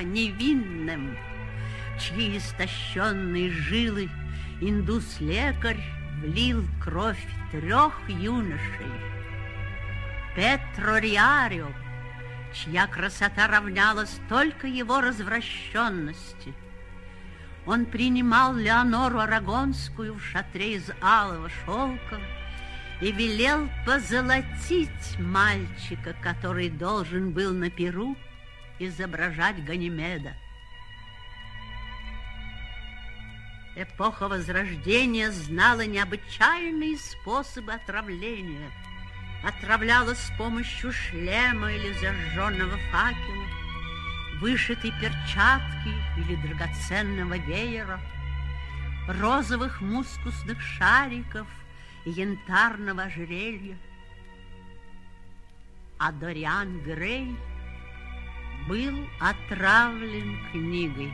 невинным, чьи истощенные жилы индус-лекарь влил кровь трех юношей. Петро Риарио, чья красота равнялась только его развращенности. Он принимал Леонору Арагонскую в шатре из алого шелка и велел позолотить мальчика, который должен был на пиру изображать Ганимеда. Эпоха Возрождения знала необычайные способы отравления. Отравляла с помощью шлема или зажженного факела, вышитой перчатки или драгоценного веера, розовых мускусных шариков и янтарного ожерелья. А Дориан Грей был отравлен книгой.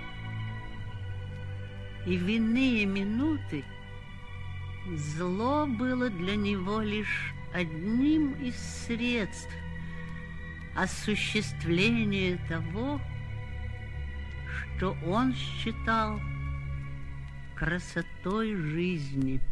И в иные минуты зло было для него лишь одним из средств осуществления того, что он считал красотой жизни.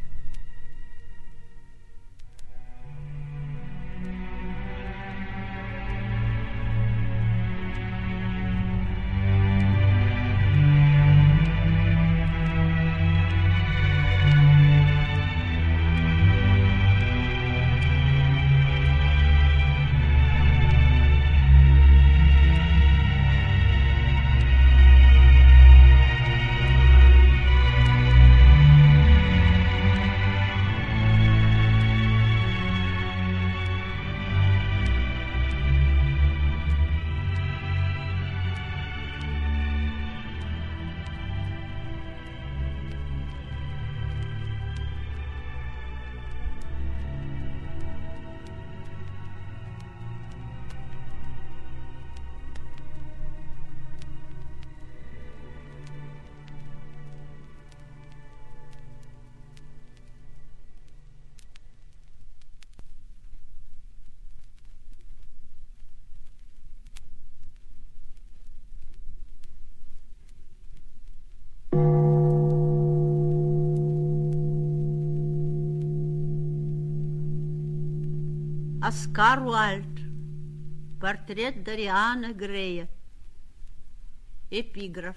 Оскар Уальд. Портрет Дориана Грея. Эпиграф.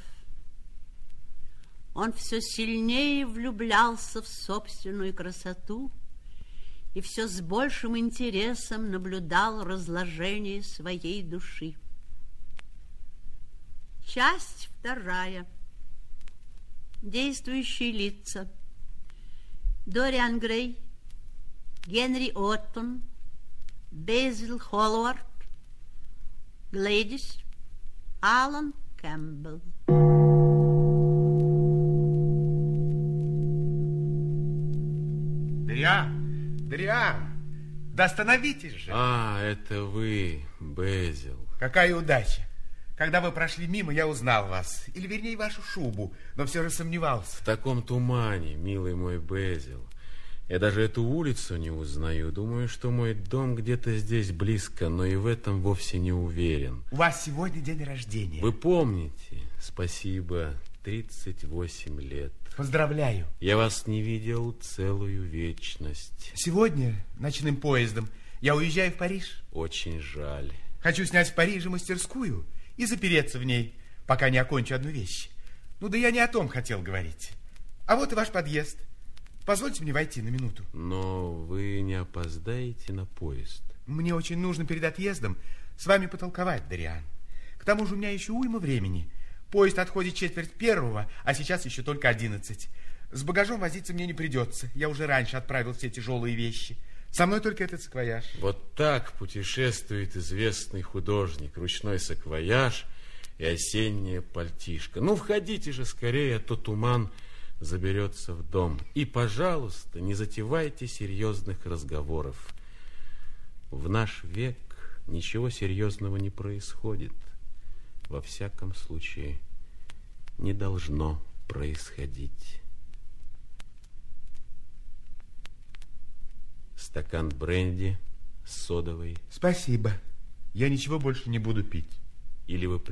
Он все сильнее влюблялся в собственную красоту и все с большим интересом наблюдал разложение своей души. Часть вторая. Действующие лица. Дориан Грей, Генри Оттон, Безил Холлвард, Глэдис, Алан Кэмпбелл. Дориан, Дориан, да остановитесь же. А, это вы, Безил. Какая удача. Когда вы прошли мимо, я узнал вас. Или, вернее, вашу шубу, но все же сомневался. В таком тумане, милый мой Безил. Я даже эту улицу не узнаю. Думаю, что мой дом где-то здесь близко, но и в этом вовсе не уверен. У вас сегодня день рождения. Вы помните? Спасибо. тридцать восемь лет. Поздравляю. Я вас не видел целую вечность. Сегодня ночным поездом я уезжаю в Париж. Очень жаль. Хочу снять в Париже мастерскую и запереться в ней, пока не окончу одну вещь. Ну да я не о том хотел говорить. А вот и ваш подъезд. Позвольте мне войти на минуту. Но вы не опоздаете на поезд. Мне очень нужно перед отъездом с вами потолковать, Дориан. К тому же у меня еще уйма времени. Поезд отходит четверть первого, а сейчас еще только одиннадцать. С багажом возиться мне не придется. Я уже раньше отправил все тяжелые вещи. Со мной только этот саквояж. Вот так путешествует известный художник. Ручной саквояж и осенняя пальтишко. Ну, входите же скорее, а то туман заберется в дом. И, пожалуйста, не затевайте серьезных разговоров. В наш век ничего серьезного не происходит. Во всяком случае, не должно происходить. Стакан бренди с содовой. Спасибо. Я ничего больше не буду пить. Или вы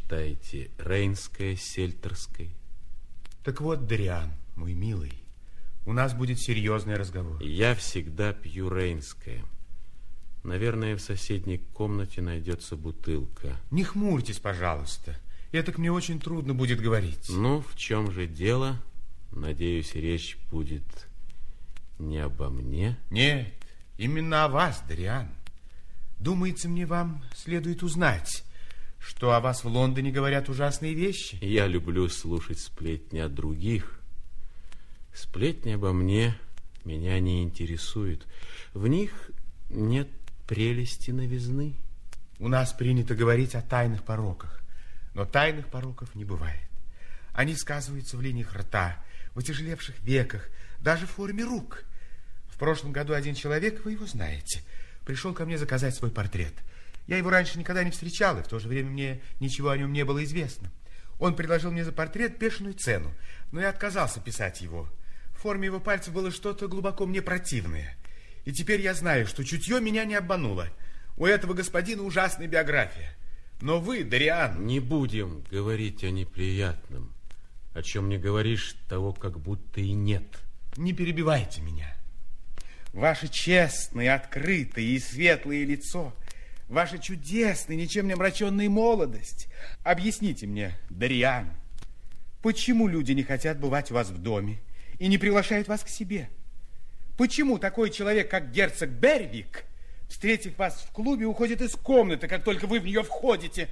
предпочитаете рейнское с сельтерской? Так вот, Дориан, мой милый, У нас будет серьезный разговор. Я всегда пью рейнское. Наверное, в соседней комнате найдется бутылка. Не хмурьтесь, пожалуйста. Это мне очень трудно будет говорить. Ну, в чем же дело? Надеюсь, речь будет не обо мне? Нет, именно о вас, Дориан. Думается, мне вам следует узнать, что о вас в Лондоне говорят ужасные вещи. Я люблю слушать сплетни о других. Сплетни обо мне меня не интересуют. В них нет прелести новизны. У нас принято говорить о тайных пороках, но тайных пороков не бывает. Они сказываются в линиях рта, в отяжелевших веках, даже в форме рук. В прошлом году один человек, вы его знаете, пришел ко мне заказать свой портрет. Я его раньше никогда не встречал, и в то же время мне ничего о нем не было известно. Он предложил мне за портрет бешеную цену, но я отказался писать его. В форме его пальцев было что-то глубоко мне противное. И теперь я знаю, что чутье меня не обмануло. У этого господина ужасная биография. Но вы, Дориан... Не будем говорить о неприятном. О чем не говоришь, того как будто и нет. Не перебивайте меня. Ваше честное, открытое и светлое лицо, ваша чудесная, ничем не омраченная молодость. Объясните мне, Дориан, почему люди не хотят бывать у вас в доме и не приглашают вас к себе? Почему такой человек, как герцог Бервик, встретив вас в клубе, уходит из комнаты, как только вы в нее входите?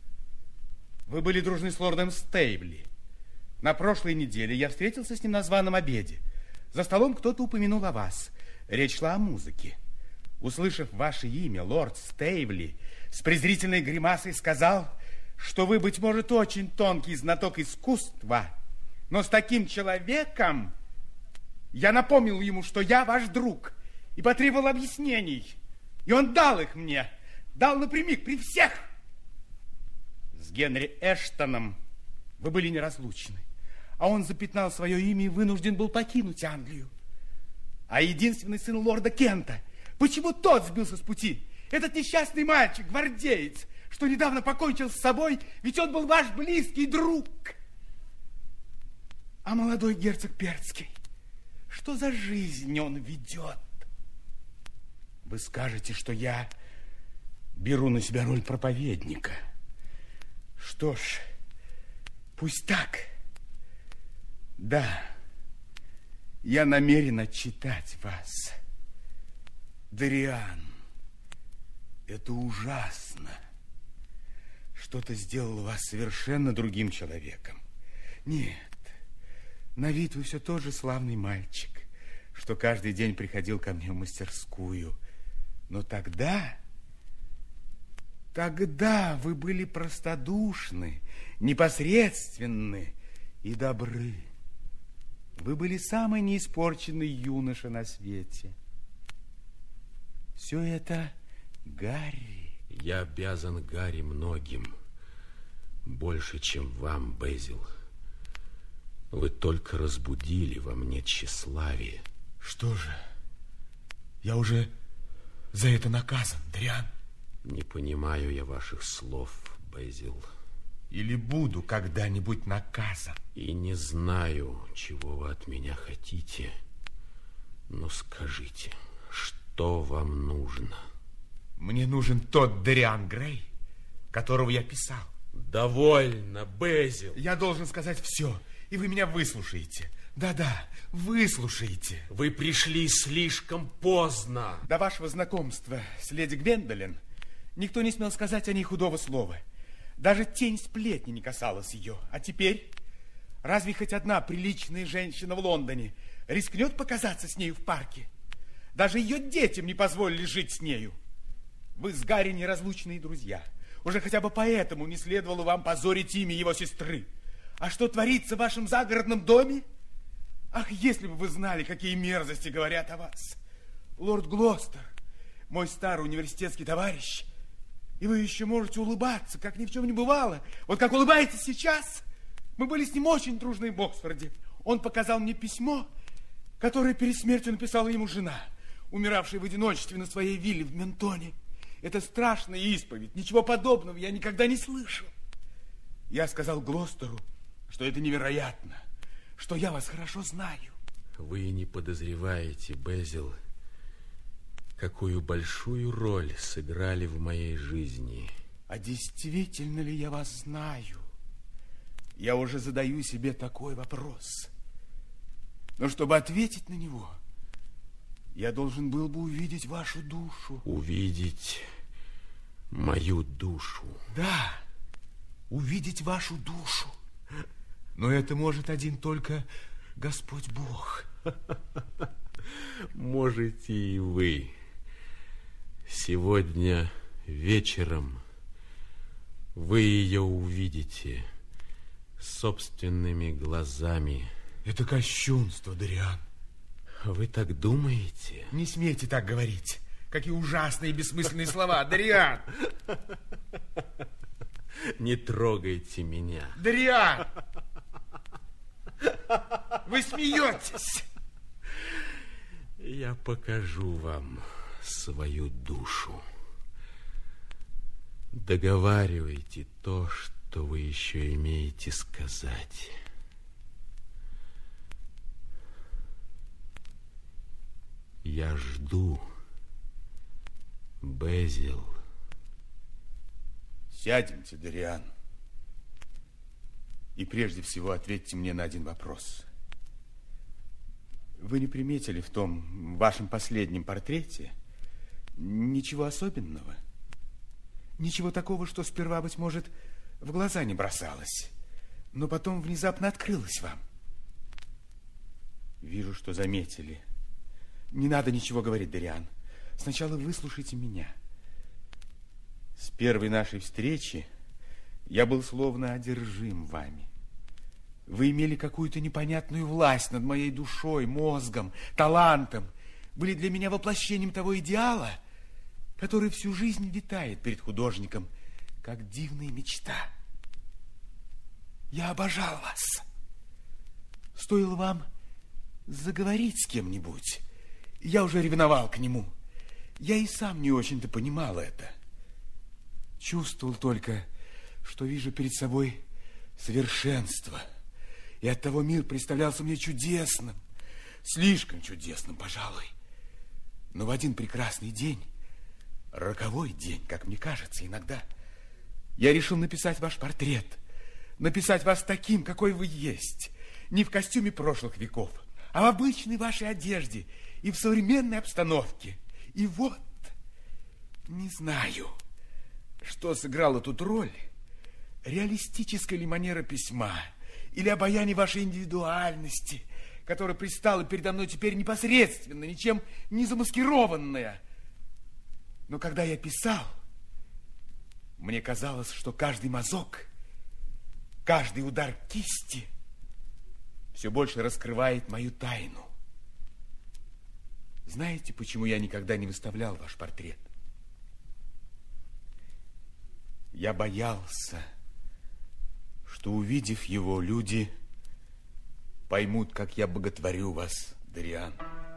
Вы были дружны с лордом Стейбли. На прошлой неделе я встретился с ним на званом обеде. За столом кто-то упомянул о вас. Речь шла о музыке. Услышав ваше имя, лорд Стейбли с презрительной гримасой сказал, что вы, быть может, очень тонкий знаток искусства, но с таким человеком... Я напомнил ему, что я ваш друг, и потребовал объяснений. И он дал их мне, дал напрямик при всех. С Генри Эштоном вы были неразлучны, а он запятнал свое имя и вынужден был покинуть Англию. А единственный сын лорда Кента, почему тот сбился с пути? Этот несчастный мальчик, гвардеец, что недавно покончил с собой, ведь он был ваш близкий друг. А молодой герцог Перцкий, что за жизнь он ведет? Вы скажете, что я беру на себя роль проповедника. Что ж, пусть так. Да, я намерен отчитать вас. Дориан, это ужасно. Что-то сделало вас совершенно другим человеком. Нет, на вид вы все тот же славный мальчик, что каждый день приходил ко мне в мастерскую. Но тогда, тогда вы были простодушны, непосредственны и добры. Вы были самый неиспорченный юноша на свете. Все это Гарри. Я обязан Гарри многим, больше, чем вам, Безил. Вы только разбудили во мне тщеславие. Что же, я уже за это наказан, Дориан? Не понимаю я ваших слов, Безил. Или буду когда-нибудь наказан? И не знаю, чего вы от меня хотите. Но скажите, что вам нужно? Мне нужен тот Дориан Грей, которого я писал. Довольно, Безил. Я должен сказать все, и вы меня выслушаете. Да-да, выслушаете. Вы пришли слишком поздно. До вашего знакомства с леди Гвендолин никто не смел сказать о ней худого слова. Даже тень сплетни не касалась ее. А теперь, разве хоть одна приличная женщина в Лондоне рискнет показаться с нею в парке? Даже ее детям не позволили жить с нею. Вы с Гарри неразлучные друзья. Уже хотя бы поэтому не следовало вам позорить имя его сестры. А что творится в вашем загородном доме? Ах, если бы вы знали, какие мерзости говорят о вас. Лорд Глостер, мой старый университетский товарищ, и вы еще можете улыбаться, как ни в чем не бывало. Вот как улыбаетесь сейчас. Мы были с ним очень дружны в Оксфорде. Он показал мне письмо, которое перед смертью написала ему жена, умиравшая в одиночестве на своей вилле в Ментоне. Это страшная исповедь. Ничего подобного я никогда не слышал. Я сказал Глостеру, что это невероятно, что я вас хорошо знаю. Вы не подозреваете, Безил, какую большую роль сыграли в моей жизни. А действительно ли я вас знаю? Я уже задаю себе такой вопрос. Но чтобы ответить на него, я должен был бы увидеть вашу душу. Увидеть мою душу? Да, увидеть вашу душу. Но это может один только Господь Бог. Можете и вы. Сегодня вечером вы ее увидите собственными глазами. Это кощунство, Дориан. Вы так думаете? Не смейте так говорить. Какие ужасные и бессмысленные слова, Дориан! Не трогайте меня. Дориан! Вы смеетесь! Я покажу вам свою душу. Договаривайте то, что вы еще имеете сказать. Я жду, Безил. Сядемте, Дориан. И прежде всего ответьте мне на один вопрос. Вы не приметили в том вашем последнем портрете ничего особенного? Ничего такого, что сперва, быть может, в глаза не бросалось, но потом внезапно открылось вам? Вижу, что заметили. Не надо ничего говорить, Дориан. Сначала выслушайте меня. С первой нашей встречи я был словно одержим вами. Вы имели какую-то непонятную власть над моей душой, мозгом, талантом. Были для меня воплощением того идеала, который всю жизнь витает перед художником, как дивная мечта. Я обожал вас. Стоило вам заговорить с кем-нибудь, я уже ревновал к нему. Я и сам не очень-то понимал это. Чувствовал только, что вижу перед собой совершенство. И оттого мир представлялся мне чудесным, слишком чудесным, пожалуй. Но в один прекрасный день, роковой день, как мне кажется иногда, я решил написать ваш портрет, написать вас таким, какой вы есть, не в костюме прошлых веков, а в обычной вашей одежде и в современной обстановке. И вот, не знаю, что сыграло тут роль, реалистическая ли манера письма, или обаяние вашей индивидуальности, которая предстала передо мной теперь непосредственно, ничем не замаскированная. Но когда я писал, мне казалось, что каждый мазок, каждый удар кисти все больше раскрывает мою тайну. Знаете, почему я никогда не выставлял ваш портрет? Я боялся, что, увидев его, люди поймут, как я боготворю вас, Дориан.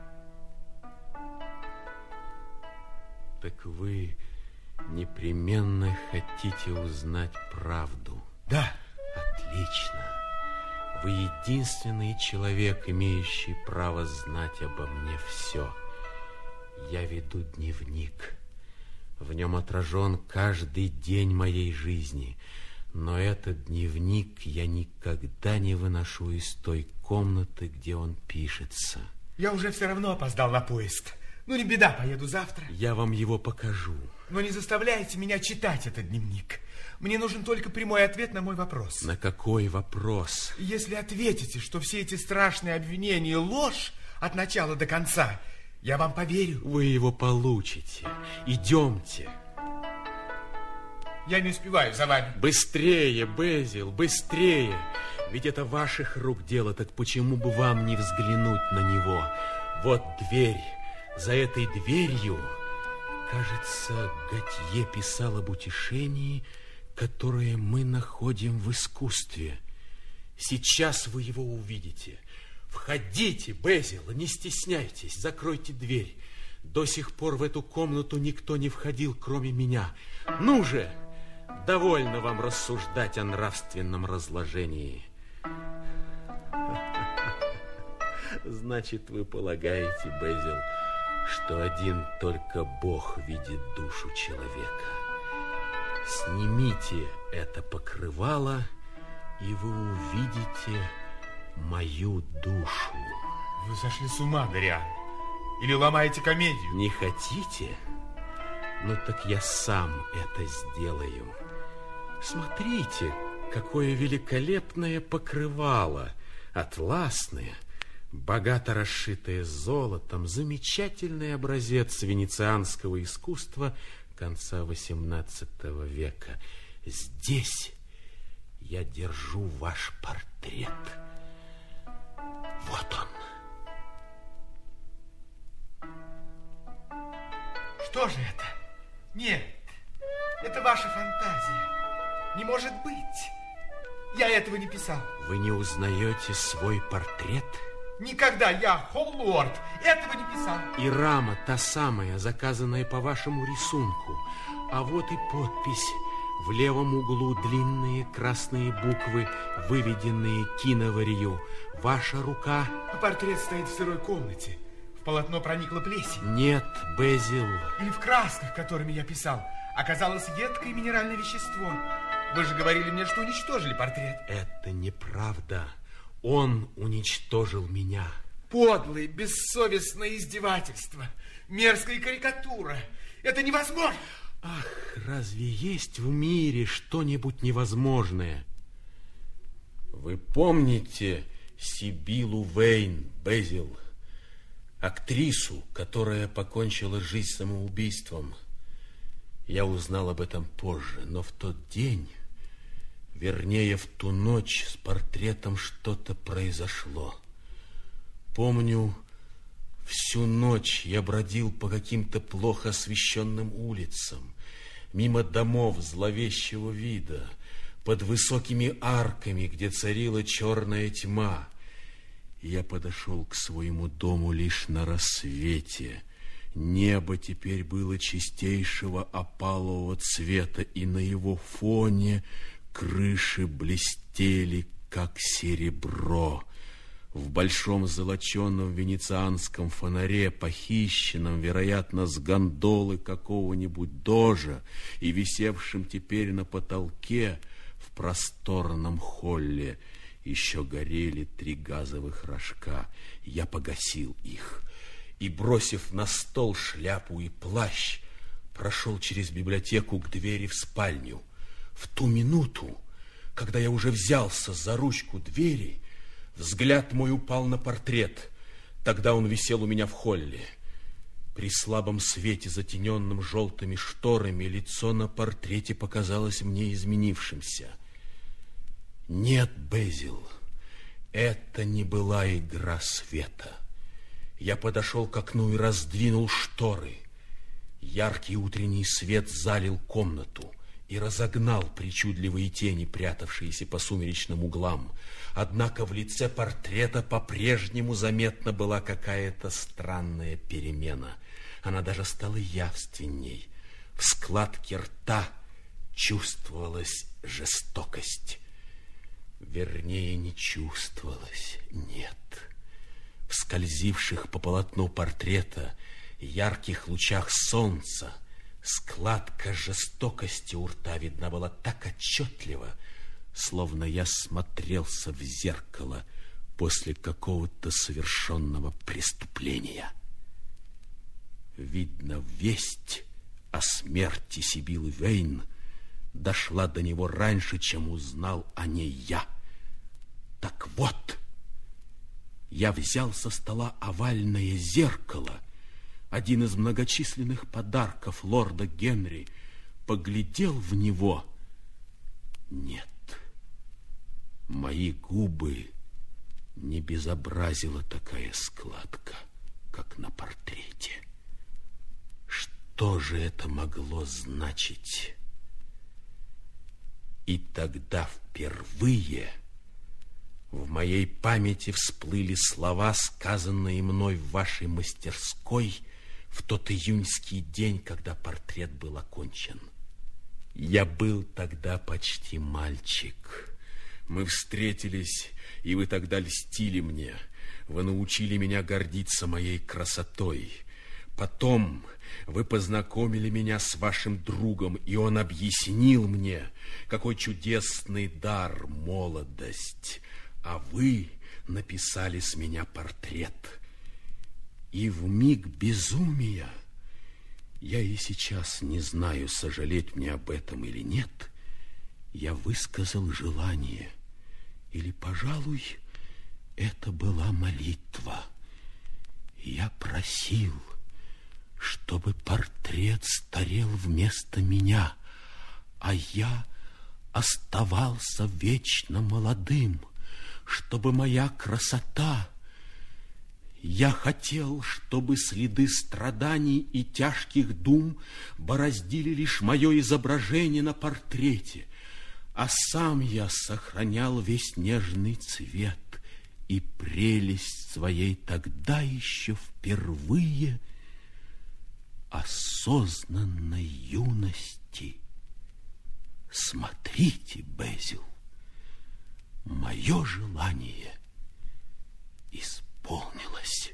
Так вы непременно хотите узнать правду? Да. Отлично. Вы единственный человек, имеющий право знать обо мне все. Я веду дневник. В нем отражен каждый день моей жизни. Но этот дневник я никогда не выношу из той комнаты, где он пишется. Я уже все равно опоздал на поезд. Ну, не беда, поеду завтра. Я вам его покажу. Но не заставляйте меня читать этот дневник. Мне нужен только прямой ответ на мой вопрос. На какой вопрос? Если ответите, что все эти страшные обвинения ложь от начала до конца, я вам поверю. Вы его получите. Идемте. Я не успеваю за вами. Быстрее, Безил, быстрее. Ведь это ваших рук дело, так почему бы вам не взглянуть на него? Вот дверь. За этой дверью, кажется, Готье писал об утешении, которое мы находим в искусстве. Сейчас вы его увидите. Входите, Безил, не стесняйтесь, закройте дверь. До сих пор в эту комнату никто не входил, кроме меня. Ну же, довольно вам рассуждать о нравственном разложении. Значит, вы полагаете, Безил, что один только Бог видит душу человека. Снимите это покрывало, и вы увидите мою душу. Вы сошли с ума, Дориан. Или ломаете комедию? Не хотите? Ну так я сам это сделаю. Смотрите, какое великолепное покрывало, атласное, богато расшитое золотом, замечательный образец венецианского искусства конца восемнадцатого века. Здесь я держу ваш портрет. Вот он. Что же это? Нет, это ваша фантазия. Не может быть. Я этого не писал. Вы не узнаете свой портрет? Никогда я, Холлорд, этого не писал. И рама та самая, заказанная по вашему рисунку. А вот и подпись. В левом углу длинные красные буквы, выведенные киноварью. Ваша рука. Портрет стоит в сырой комнате. В полотно проникла плесень. Нет, Безил. Или в красках, которыми я писал, оказалось едкое минеральное вещество. Вы же говорили мне, что уничтожили портрет. Это неправда. Он уничтожил меня. Подлое, бессовестное издевательство. Мерзкая карикатура. Это невозможно. Ах, разве есть в мире что-нибудь невозможное? Вы помните Сибилу Вейн, Безил, актрису, которая покончила жизнь самоубийством? Я узнал об этом позже, но в тот день, вернее, в ту ночь с портретом что-то произошло. Помню, всю ночь я бродил по каким-то плохо освещенным улицам, мимо домов зловещего вида, под высокими арками, где царила черная тьма. Я подошел к своему дому лишь на рассвете. Небо теперь было чистейшего опалового цвета, и на его фоне крыши блестели, как серебро. В большом золоченом венецианском фонаре, похищенном, вероятно, с гондолы какого-нибудь дожа и висевшем теперь на потолке в просторном холле, еще горели три газовых рожка. Я погасил их и, бросив на стол шляпу и плащ, прошел через библиотеку к двери в спальню. В ту минуту, когда я уже взялся за ручку двери, взгляд мой упал на портрет. Тогда он висел у меня в холле. При слабом свете, затененном желтыми шторами, лицо на портрете показалось мне изменившимся. Нет, Безил, это не была игра света. Я подошел к окну и раздвинул шторы. Яркий утренний свет залил комнату и разогнал причудливые тени, прятавшиеся по сумеречным углам. Однако в лице портрета по-прежнему заметна была какая-то странная перемена. Она даже стала явственней. В складке рта чувствовалась жестокость. Вернее, не чувствовалась, нет. В скользивших по полотну портрета ярких лучах солнца складка жестокости у рта видна была так отчетливо, словно я смотрелся в зеркало после какого-то совершенного преступления. Видно, весть о смерти Сибилы Вейн дошла до него раньше, чем узнал о ней я. Так вот, я взял со стола овальное зеркало, один из многочисленных подарков лорда Генри, поглядел в него. Нет, мои губы не безобразила такая складка, как на портрете. Что же это могло значить? И тогда впервые в моей памяти всплыли слова, сказанные мной в вашей мастерской в тот июньский день, когда портрет был окончен. Я был тогда почти мальчик. Мы встретились, и вы тогда льстили мне. вы научили меня гордиться моей красотой. Потом вы познакомили меня с вашим другом, и он объяснил мне, какой чудесный дар молодость. А вы написали с меня портрет. И в миг безумия, я и сейчас не знаю, сожалеть мне об этом или нет, я высказал желание, или, пожалуй, это была молитва. Я просил, чтобы портрет старел вместо меня, а я оставался вечно молодым, чтобы моя красота... Я хотел, чтобы следы страданий и тяжких дум бороздили лишь мое изображение на портрете, а сам я сохранял весь нежный цвет и прелесть своей тогда еще впервые осознанной юности. Смотрите, Безил, мое желание исполнилось.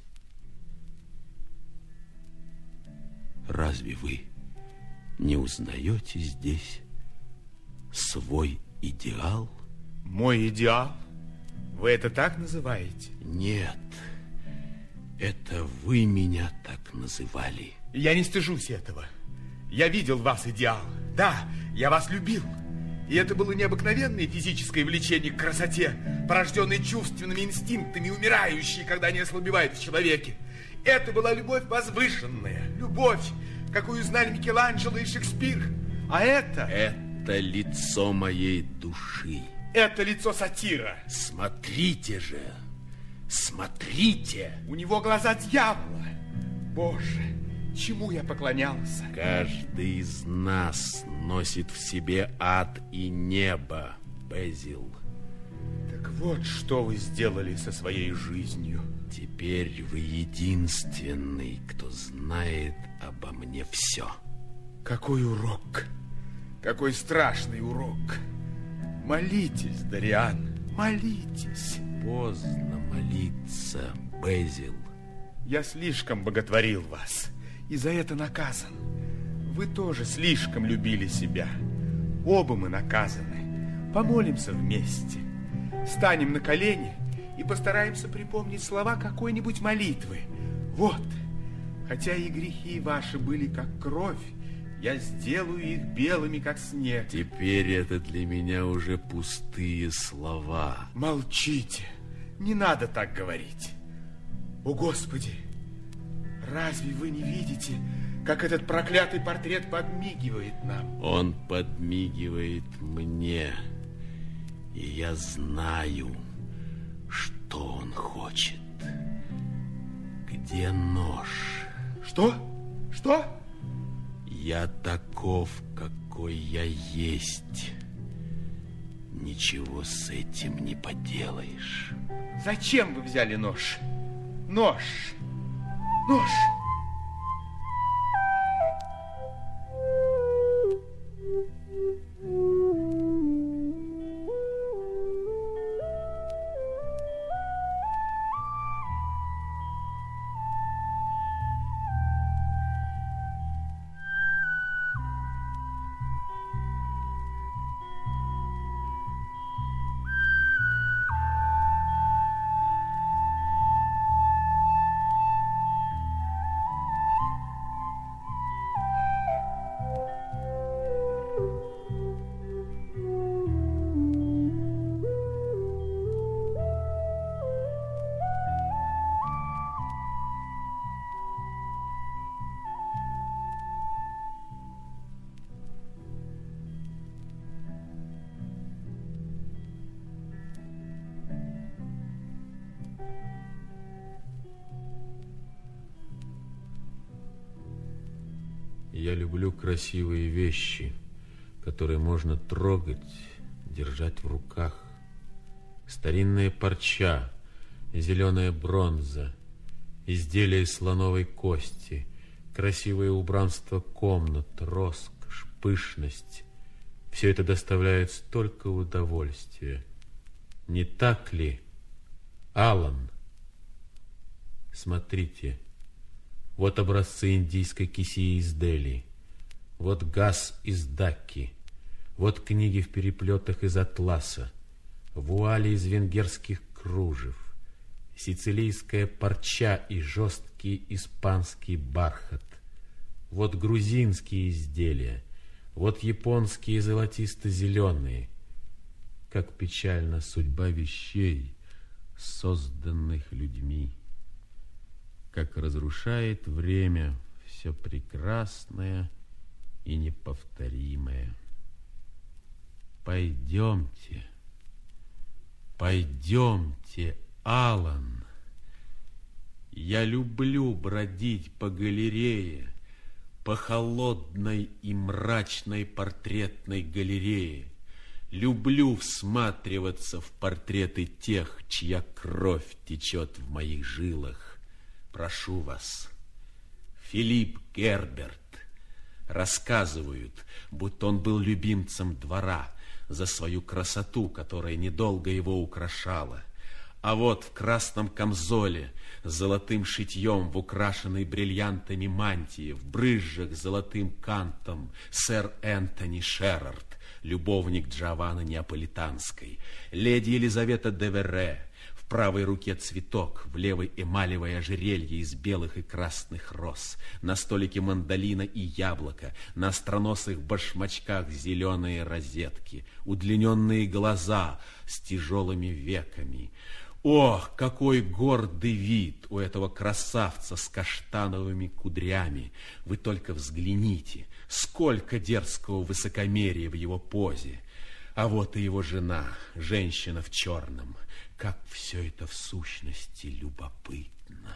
Разве вы не узнаете здесь свой идеал? Мой идеал? Вы это так называете? Нет, это вы меня так называли. Я не стыжусь этого. Я видел в вас идеал. Да, я вас любил. И это было необыкновенное физическое влечение к красоте, порожденное чувственными инстинктами, умирающей, когда они ослабевают в человеке. Это была любовь возвышенная, любовь, какую знали Микеланджело и Шекспир. А это... Это лицо моей души. Это лицо сатира. Смотрите же, смотрите. У него глаза дьявола. Боже, чему я поклонялся? Каждый из нас носит в себе ад и небо, Безил. Так вот, что вы сделали со своей жизнью. Теперь вы единственный, кто знает обо мне все. Какой урок! Какой страшный урок! Молитесь, Дориан, молитесь. Поздно молиться, Безил. Я слишком боготворил вас, и за это наказан. Вы тоже слишком любили себя. Оба мы наказаны. Помолимся вместе. Станем на колени и постараемся припомнить слова какой-нибудь молитвы. Вот, хотя и грехи ваши были как кровь, я сделаю их белыми, как снег. Теперь это для меня уже пустые слова. Молчите, не надо так говорить. О, Господи, разве вы не видите, как этот проклятый портрет подмигивает нам? Он подмигивает мне, и я знаю, что он хочет. Где нож? Что? Что? Я таков, какой я есть. Ничего с этим не поделаешь. Зачем вы взяли нож? Нож! Нож! Я люблю красивые вещи, которые можно трогать, держать в руках. Старинная парча, зеленая бронза, изделия из слоновой кости, красивое убранство комнат, роскошь, пышность. Все это доставляет столько удовольствия. Не так ли, Алан? Смотрите, вот образцы индийской кисеи из Дели, вот газ из Дакки, вот книги в переплетах из атласа, вуали из венгерских кружев, сицилийская парча и жесткий испанский бархат, вот грузинские изделия, вот японские золотисто-зеленые. Как печальна судьба вещей, созданных людьми. Как разрушает время все прекрасное и неповторимое. Пойдемте, пойдемте, Алан. Я люблю бродить по галерее, по холодной и мрачной портретной галерее. Люблю всматриваться в портреты тех, чья кровь течет в моих жилах. Прошу вас, Филипп Герберт. Рассказывают, будто он был любимцем двора за свою красоту, которая недолго его украшала. А вот в красном камзоле, с золотым шитьем, в украшенной бриллиантами мантии, в брызжах с золотым кантом, сэр Энтони Шерард, любовник Джованны Неаполитанской, леди Елизавета де Верре, в правой руке цветок, в левой эмалевое ожерелье из белых и красных роз, на столике мандолина и яблоко, на остроносых башмачках зеленые розетки, удлиненные глаза с тяжелыми веками. Ох, какой гордый вид у этого красавца с каштановыми кудрями! Вы только взгляните, сколько дерзкого высокомерия в его позе! А вот и его жена, женщина в черном. Как все это в сущности любопытно!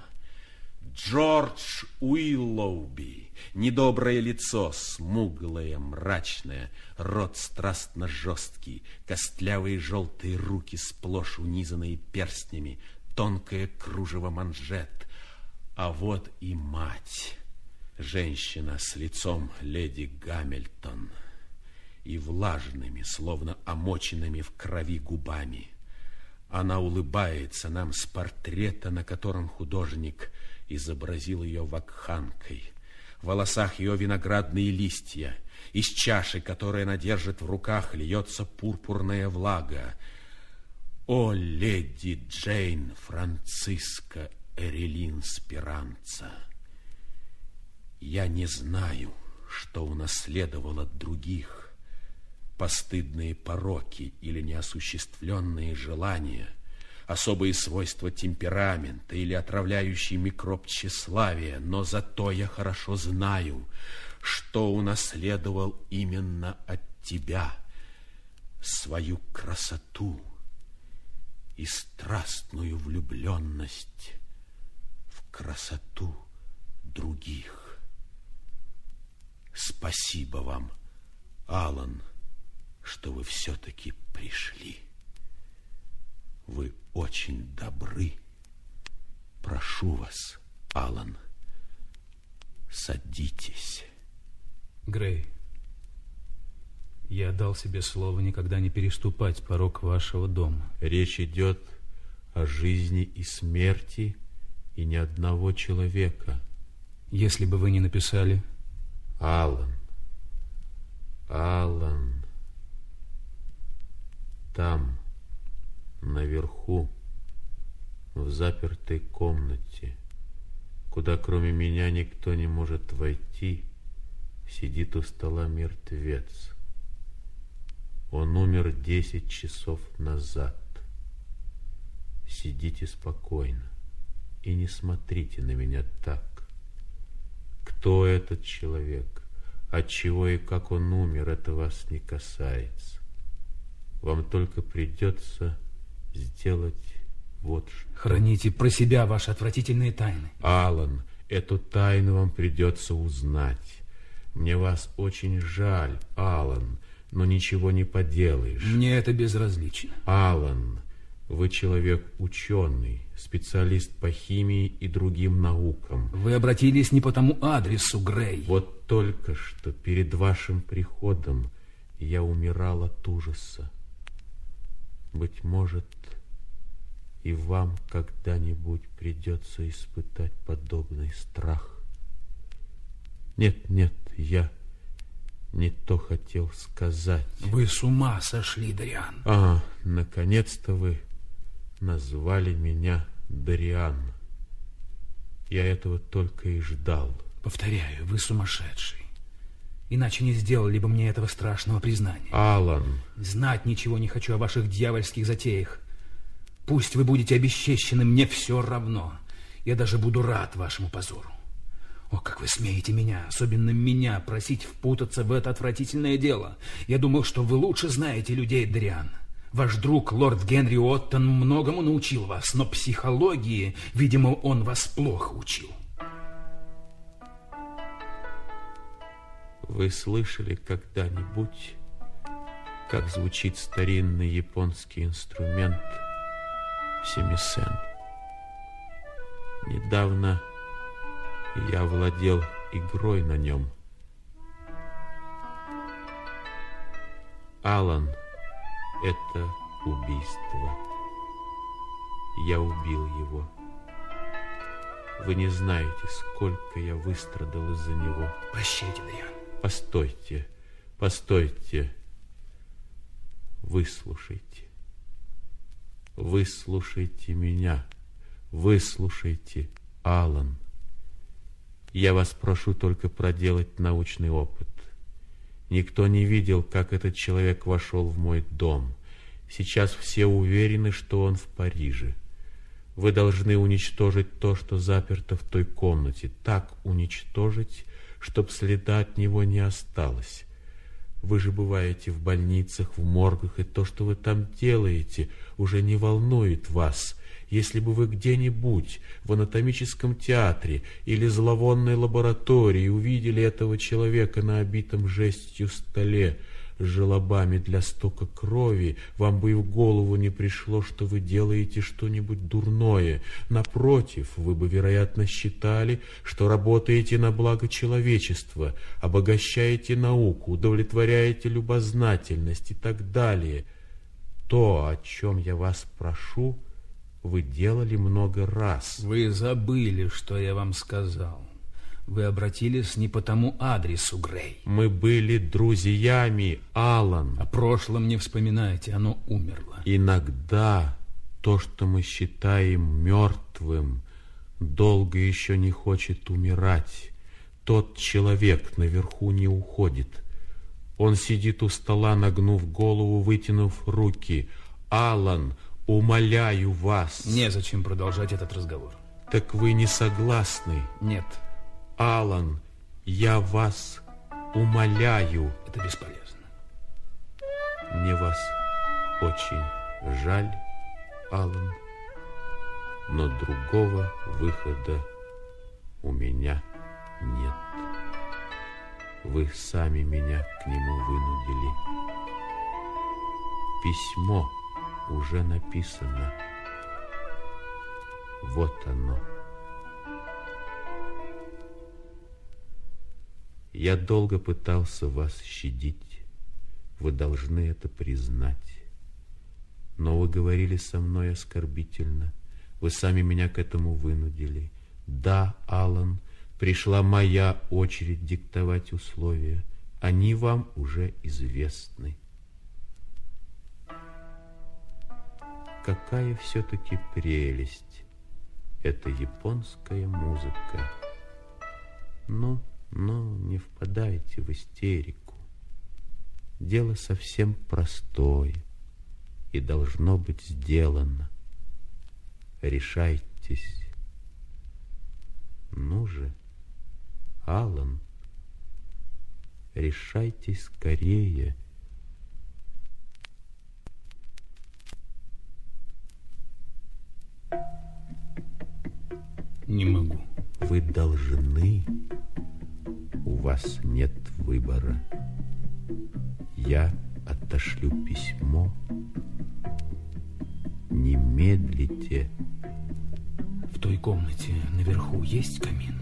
Джордж Уиллоуби, недоброе лицо, смуглое, мрачное, рот страстно жесткий, костлявые желтые руки, сплошь унизанные перстнями, тонкое кружево манжет. А вот и мать, женщина с лицом леди Гамильтон и влажными, словно омоченными в крови губами. Она улыбается нам с портрета, на котором художник изобразил ее вакханкой. В волосах ее виноградные листья. Из чаши, которую она держит в руках, льется пурпурная влага. О, леди Джейн Франциска Эрелин Спиранца! Я не знаю, что унаследовал от других, постыдные пороки или неосуществленные желания, особые свойства темперамента или отравляющий микроб тщеславия, но зато я хорошо знаю, что унаследовал именно от тебя свою красоту и страстную влюбленность в красоту других. Спасибо вам, Алан, что вы все-таки пришли. Вы очень добры. Прошу вас, Алан, садитесь. Грей, я дал себе слово никогда не переступать порог вашего дома. Речь идет о жизни и смерти и ни одного человека. Если бы вы не написали... Алан, Алан, там, наверху, в запертой комнате, куда кроме меня никто не может войти, сидит у стола мертвец. Он умер десять часов назад. Сидите спокойно и не смотрите на меня так. Кто этот человек, от чего и как он умер, это вас не касается. Вам только придется сделать вот что. Храните про себя ваши отвратительные тайны. Алан, эту тайну вам придется узнать. Мне вас очень жаль, Алан, но ничего не поделаешь. Мне это безразлично. Алан, вы человек ученый, специалист по химии и другим наукам. Вы обратились не по тому адресу, Грей. Вот только что перед вашим приходом я умирал от ужаса. Быть может, и вам когда-нибудь придется испытать подобный страх. Нет, нет, я не то хотел сказать. Вы с ума сошли, Дориан. А, наконец-то вы назвали меня Дориан. Я этого только и ждал. Повторяю, вы сумасшедший. Иначе не сделали бы мне этого страшного признания. Алан. Знать ничего не хочу о ваших дьявольских затеях. Пусть вы будете обесчещены, мне все равно. Я даже буду рад вашему позору. О, как вы смеете меня, особенно меня, просить впутаться в это отвратительное дело. Я думал, что вы лучше знаете людей, Дориан. Ваш друг, лорд Генри Оттон, многому научил вас, но психологии, видимо, он вас плохо учил. Вы слышали когда-нибудь, как звучит старинный японский инструмент семисен? Недавно я владел игрой на нем. Алан, это убийство. Я убил его. Вы не знаете, сколько я выстрадал из-за него. Прощайте, Дориан. Постойте, постойте. Выслушайте. Выслушайте меня. Выслушайте, Алан. Я вас прошу только проделать научный опыт. Никто не видел, как этот человек вошел в мой дом. Сейчас все уверены, что он в Париже. Вы должны уничтожить то, что заперто в той комнате. Так уничтожить, чтоб следа от него не осталось. Вы же бываете в больницах, в моргах, и то, что вы там делаете, уже не волнует вас. Если бы вы где-нибудь в анатомическом театре или зловонной лаборатории увидели этого человека на обитом жестью столе с желобами для стока крови, вам бы и в голову не пришло, что вы делаете что-нибудь дурное. Напротив, вы бы, вероятно, считали, что работаете на благо человечества, обогащаете науку, удовлетворяете любознательность и так далее. То, о чем я вас прошу, вы делали много раз. Вы забыли, что я вам сказал. Вы обратились не по тому адресу, Грей. Мы были друзьями, Алан. О прошлом не вспоминайте, оно умерло. Иногда то, что мы считаем мертвым, долго еще не хочет умирать. Тот человек наверху не уходит. Он сидит у стола, нагнув голову, вытянув руки. Алан, умоляю вас. Незачем продолжать этот разговор. Так вы не согласны? Нет. Алан, я вас умоляю. Это бесполезно. Мне вас очень жаль, Алан, но другого выхода у меня нет. Вы сами меня к нему вынудили. Письмо уже написано. Вот оно. Я долго пытался вас щадить. Вы должны это признать. Но вы говорили со мной оскорбительно. Вы сами меня к этому вынудили. Да, Алан, пришла моя очередь диктовать условия. Они вам уже известны. Какая все-таки прелесть эта японская музыка. Ну, ну, не впадайте в истерику. Дело совсем простое и должно быть сделано. Решайтесь. Ну же, Алан, решайтесь скорее. Не могу. Вы должны. У вас нет выбора. Я отошлю письмо. Не медлите. В той комнате наверху есть камин?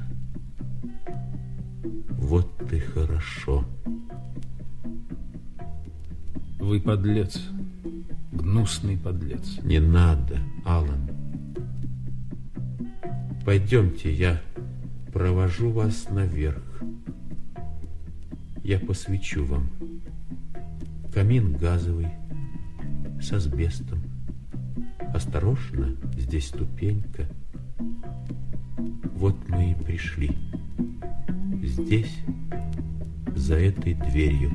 Вот и хорошо. Вы подлец. Гнусный подлец. Не надо, Алан. Пойдемте, я провожу вас наверх. Я посвечу вам. Камин газовый, с асбестом. Осторожно, здесь ступенька. Вот мы и пришли. Здесь, за этой дверью.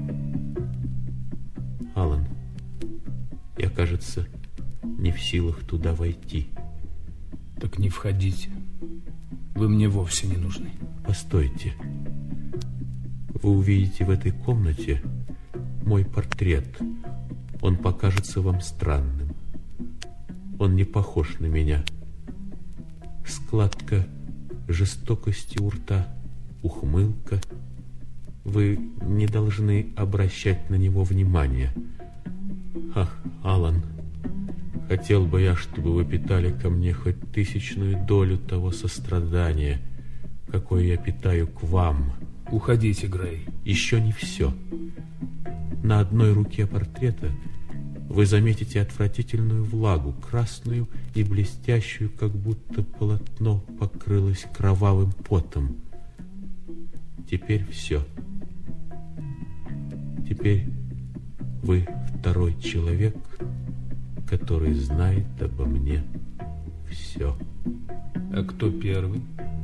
Алан, я, кажется, не в силах туда войти. Так не входите. Вы мне вовсе не нужны. Постойте. Вы увидите в этой комнате мой портрет. Он покажется вам странным. Он не похож на меня. Складка жестокости у рта, ухмылка. Вы не должны обращать на него внимания. Ах, Алан, хотел бы я, чтобы вы питали ко мне хоть тысячную долю того сострадания, какое я питаю к вам. Уходите, Грей. Еще не все. На одной руке портрета вы заметите отвратительную влагу, красную и блестящую, как будто полотно покрылось кровавым потом. Теперь все. Теперь вы второй человек, который знает обо мне все. А кто первый?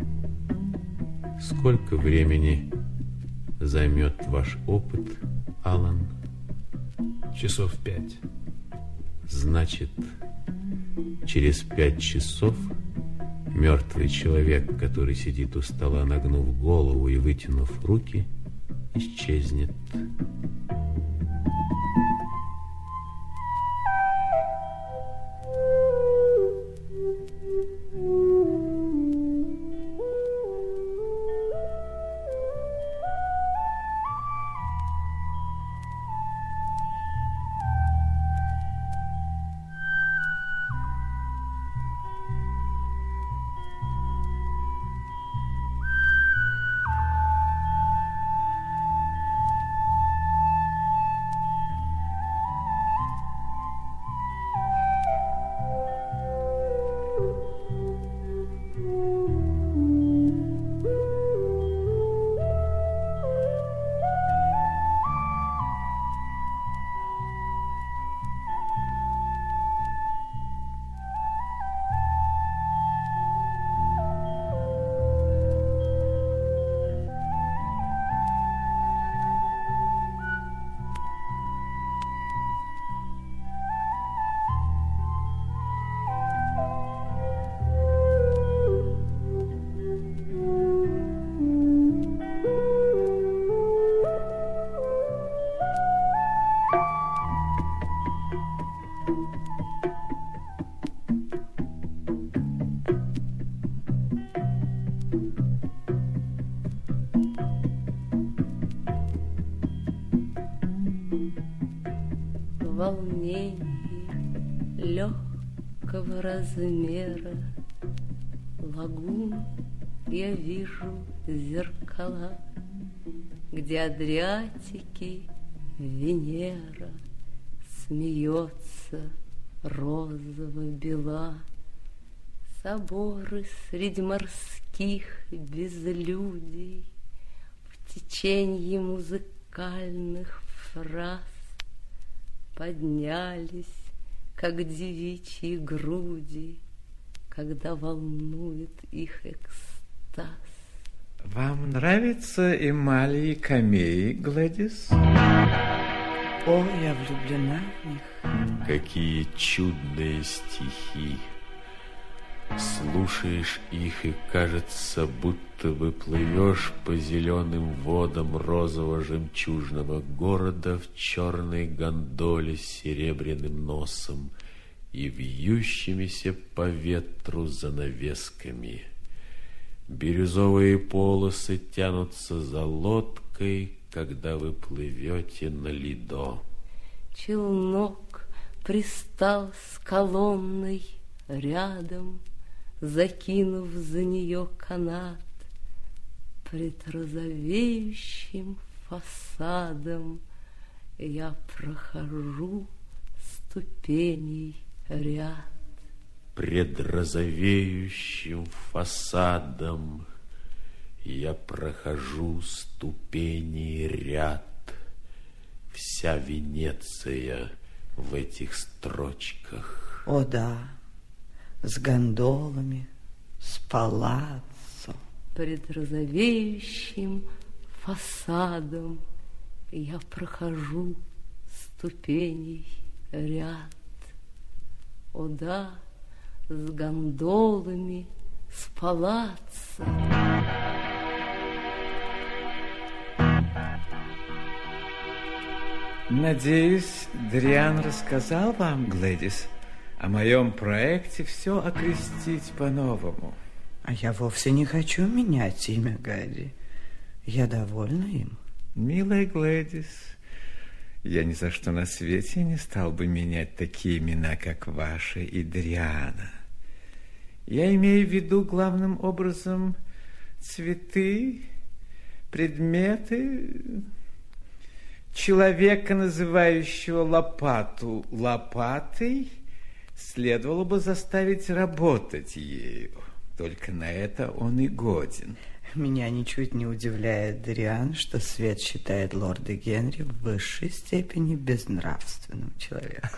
Сколько времени займет ваш опыт, Алан? Часов пять. Значит, через пять часов мертвый человек, который сидит у стола, нагнув голову и вытянув руки, исчезнет. волнении легкого размера лагун я вижу зеркала, где Адриатики Венера смеется розово-бела. Соборы среди морских безлюдей в теченье музыкальных фраз поднялись, как девичьи груди, когда волнует их экстаз. Вам нравятся эмали и камеи, Глэдис? О, я влюблена в них. Какие чудные стихи! Слушаешь их, и кажется, будто бы плывешь по зеленым водам розово-жемчужного города в черной гондоле с серебряным носом и вьющимися по ветру занавесками. Бирюзовые полосы тянутся за лодкой, когда вы плывете на Лидо. Челнок пристал с колонной рядом, закинув за нее канат. Пред розовеющим фасадом я прохожу, ступеней ряд. Пред розовеющим фасадом я прохожу ступени ряд. Вся Венеция в этих строчках. О да, с гондолами, с палаццо. Пред розовеющим фасадом я прохожу ступеней ряд. О да, с гондолами, с палаццо. Надеюсь, Дриан рассказал вам, Глэдис, о моем проекте все окрестить по-новому. А я вовсе не хочу менять имя Гарри. Я довольна им. Милая Глэдис, я ни за что на свете не стал бы менять такие имена, как ваши и Дриана. Я имею в виду главным образом цветы, предметы, человека, называющего лопату лопатой, следовало бы заставить работать ею. Только на это он и годен. Меня ничуть не удивляет, Дриан, что свет считает лорда Генри в высшей степени безнравственным человеком.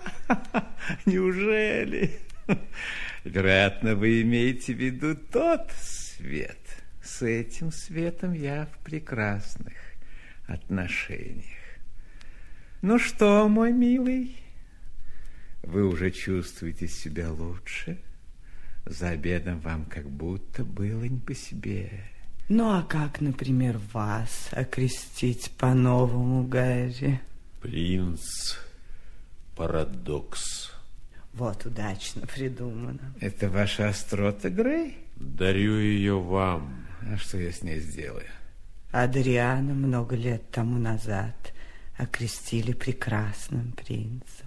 Неужели? Вероятно, вы имеете в виду тот свет. С этим светом я в прекрасных отношениях. Ну что, мой милый, вы уже чувствуете себя лучше? За обедом вам как будто было не по себе. Ну, а как, например, вас окрестить по-новому, Гарри? Принц Парадокс. Вот, удачно придумано. Это ваша острота, Грей? Дарю ее вам. А что я с ней сделаю? Адриана много лет тому назад окрестили прекрасным принцем.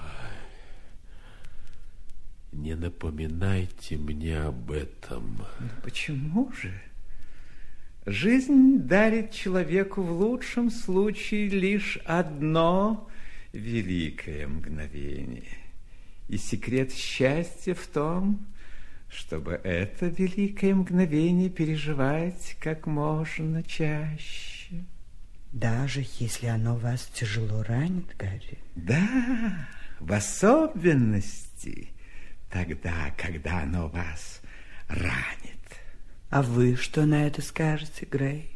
Не напоминайте мне об этом. Ну, почему же? Жизнь дарит человеку в лучшем случае лишь одно великое мгновение. И секрет счастья в том, чтобы это великое мгновение переживать как можно чаще. Даже если оно вас тяжело ранит, Гарри? Да, в особенности тогда, когда оно вас ранит. А вы что на это скажете, Грей?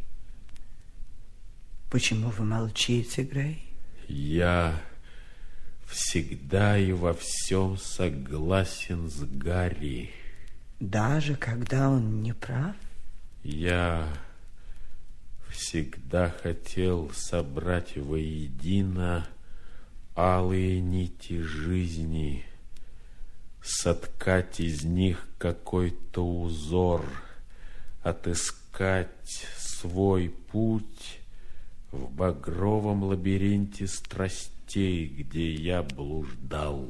Почему вы молчите, Грей? Я всегда и во всем согласен с Гарри. Даже когда он не прав? Я всегда хотел собрать воедино алые нити жизни, соткать из них какой-то узор, отыскать свой путь в багровом лабиринте страстей, где я блуждал.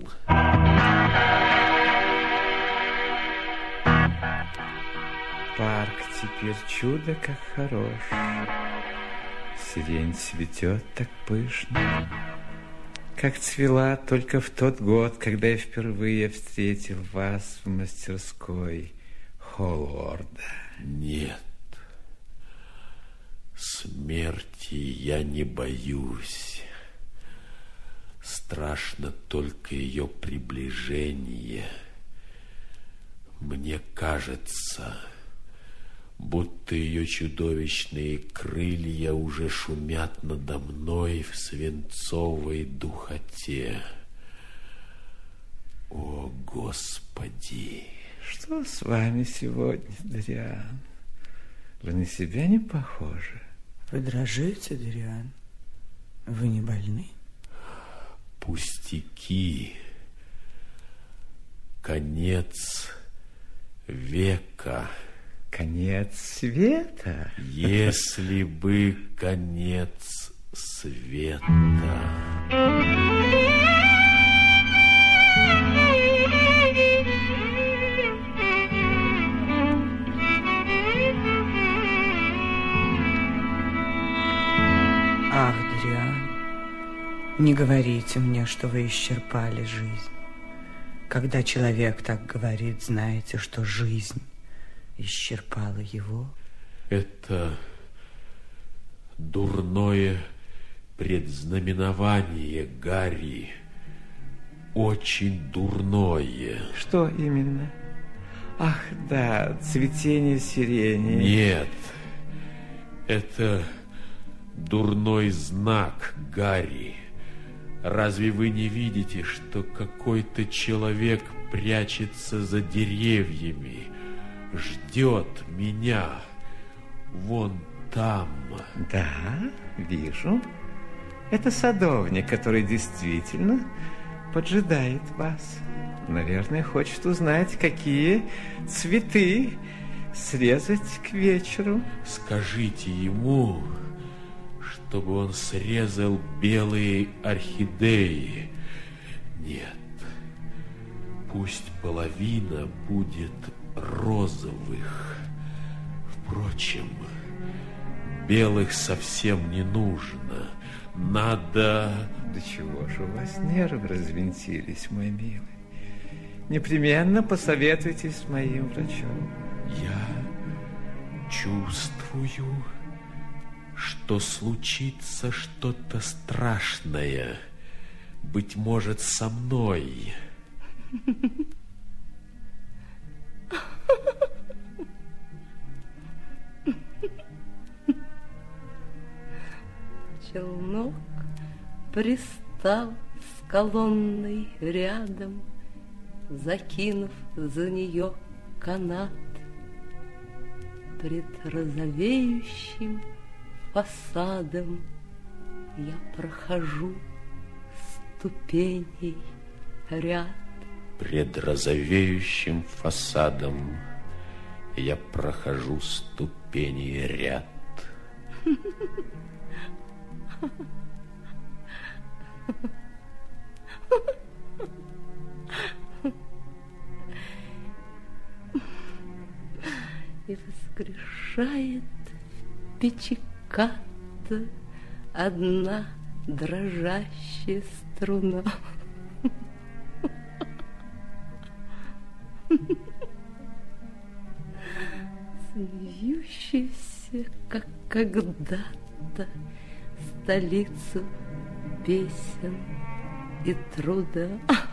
Парк теперь чудо как хорош. Сирень цветет так пышно, как цвела только в тот год, когда я впервые встретил вас в мастерской Холлорда. Нет, смерти я не боюсь. Страшно только ее приближение. Мне кажется, будто ее чудовищные крылья уже шумят надо мной в свинцовой духоте. О, Господи! Что с вами сегодня, Дриан? Вы на себя не похожи. Вы дрожите, Дриан? Вы не больны? Пустяки. Конец века. Конец света? Если бы конец света. Ах, Дриан, Не говорите мне, что вы исчерпали жизнь. Когда человек так говорит, знаете, что жизнь исчерпала его. Это дурное предзнаменование, Гарри. Очень дурное. Что именно? Ах, да, цветение сирени. Нет, это дурной знак, Гарри. Разве вы не видите, что какой-то человек прячется за деревьями, ждет меня вон там? Да, вижу. Это садовник, который действительно поджидает вас. Наверное, хочет узнать, какие цветы срезать к вечеру. Скажите ему, чтобы он срезал белые орхидеи. Нет, пусть половина будет розовых. Впрочем, белых совсем не нужно. Надо... Да чего же у вас нервы развинтились, мой милый? Непременно посоветуйтесь с моим врачом. Я чувствую, что случится что-то страшное, быть может, со мной. Челнок пристал с колонной рядом, закинув за нее канат. Пред розовеющим фасадом я прохожу ступеней ряд. Пред розовеющим фасадом я прохожу ступеней ряд. И воскрешает пичиката одна дрожащая струна. Смеющаяся, как когда-то, столицу песен и труда.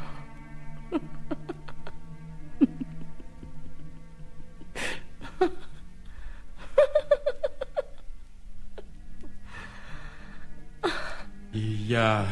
И я,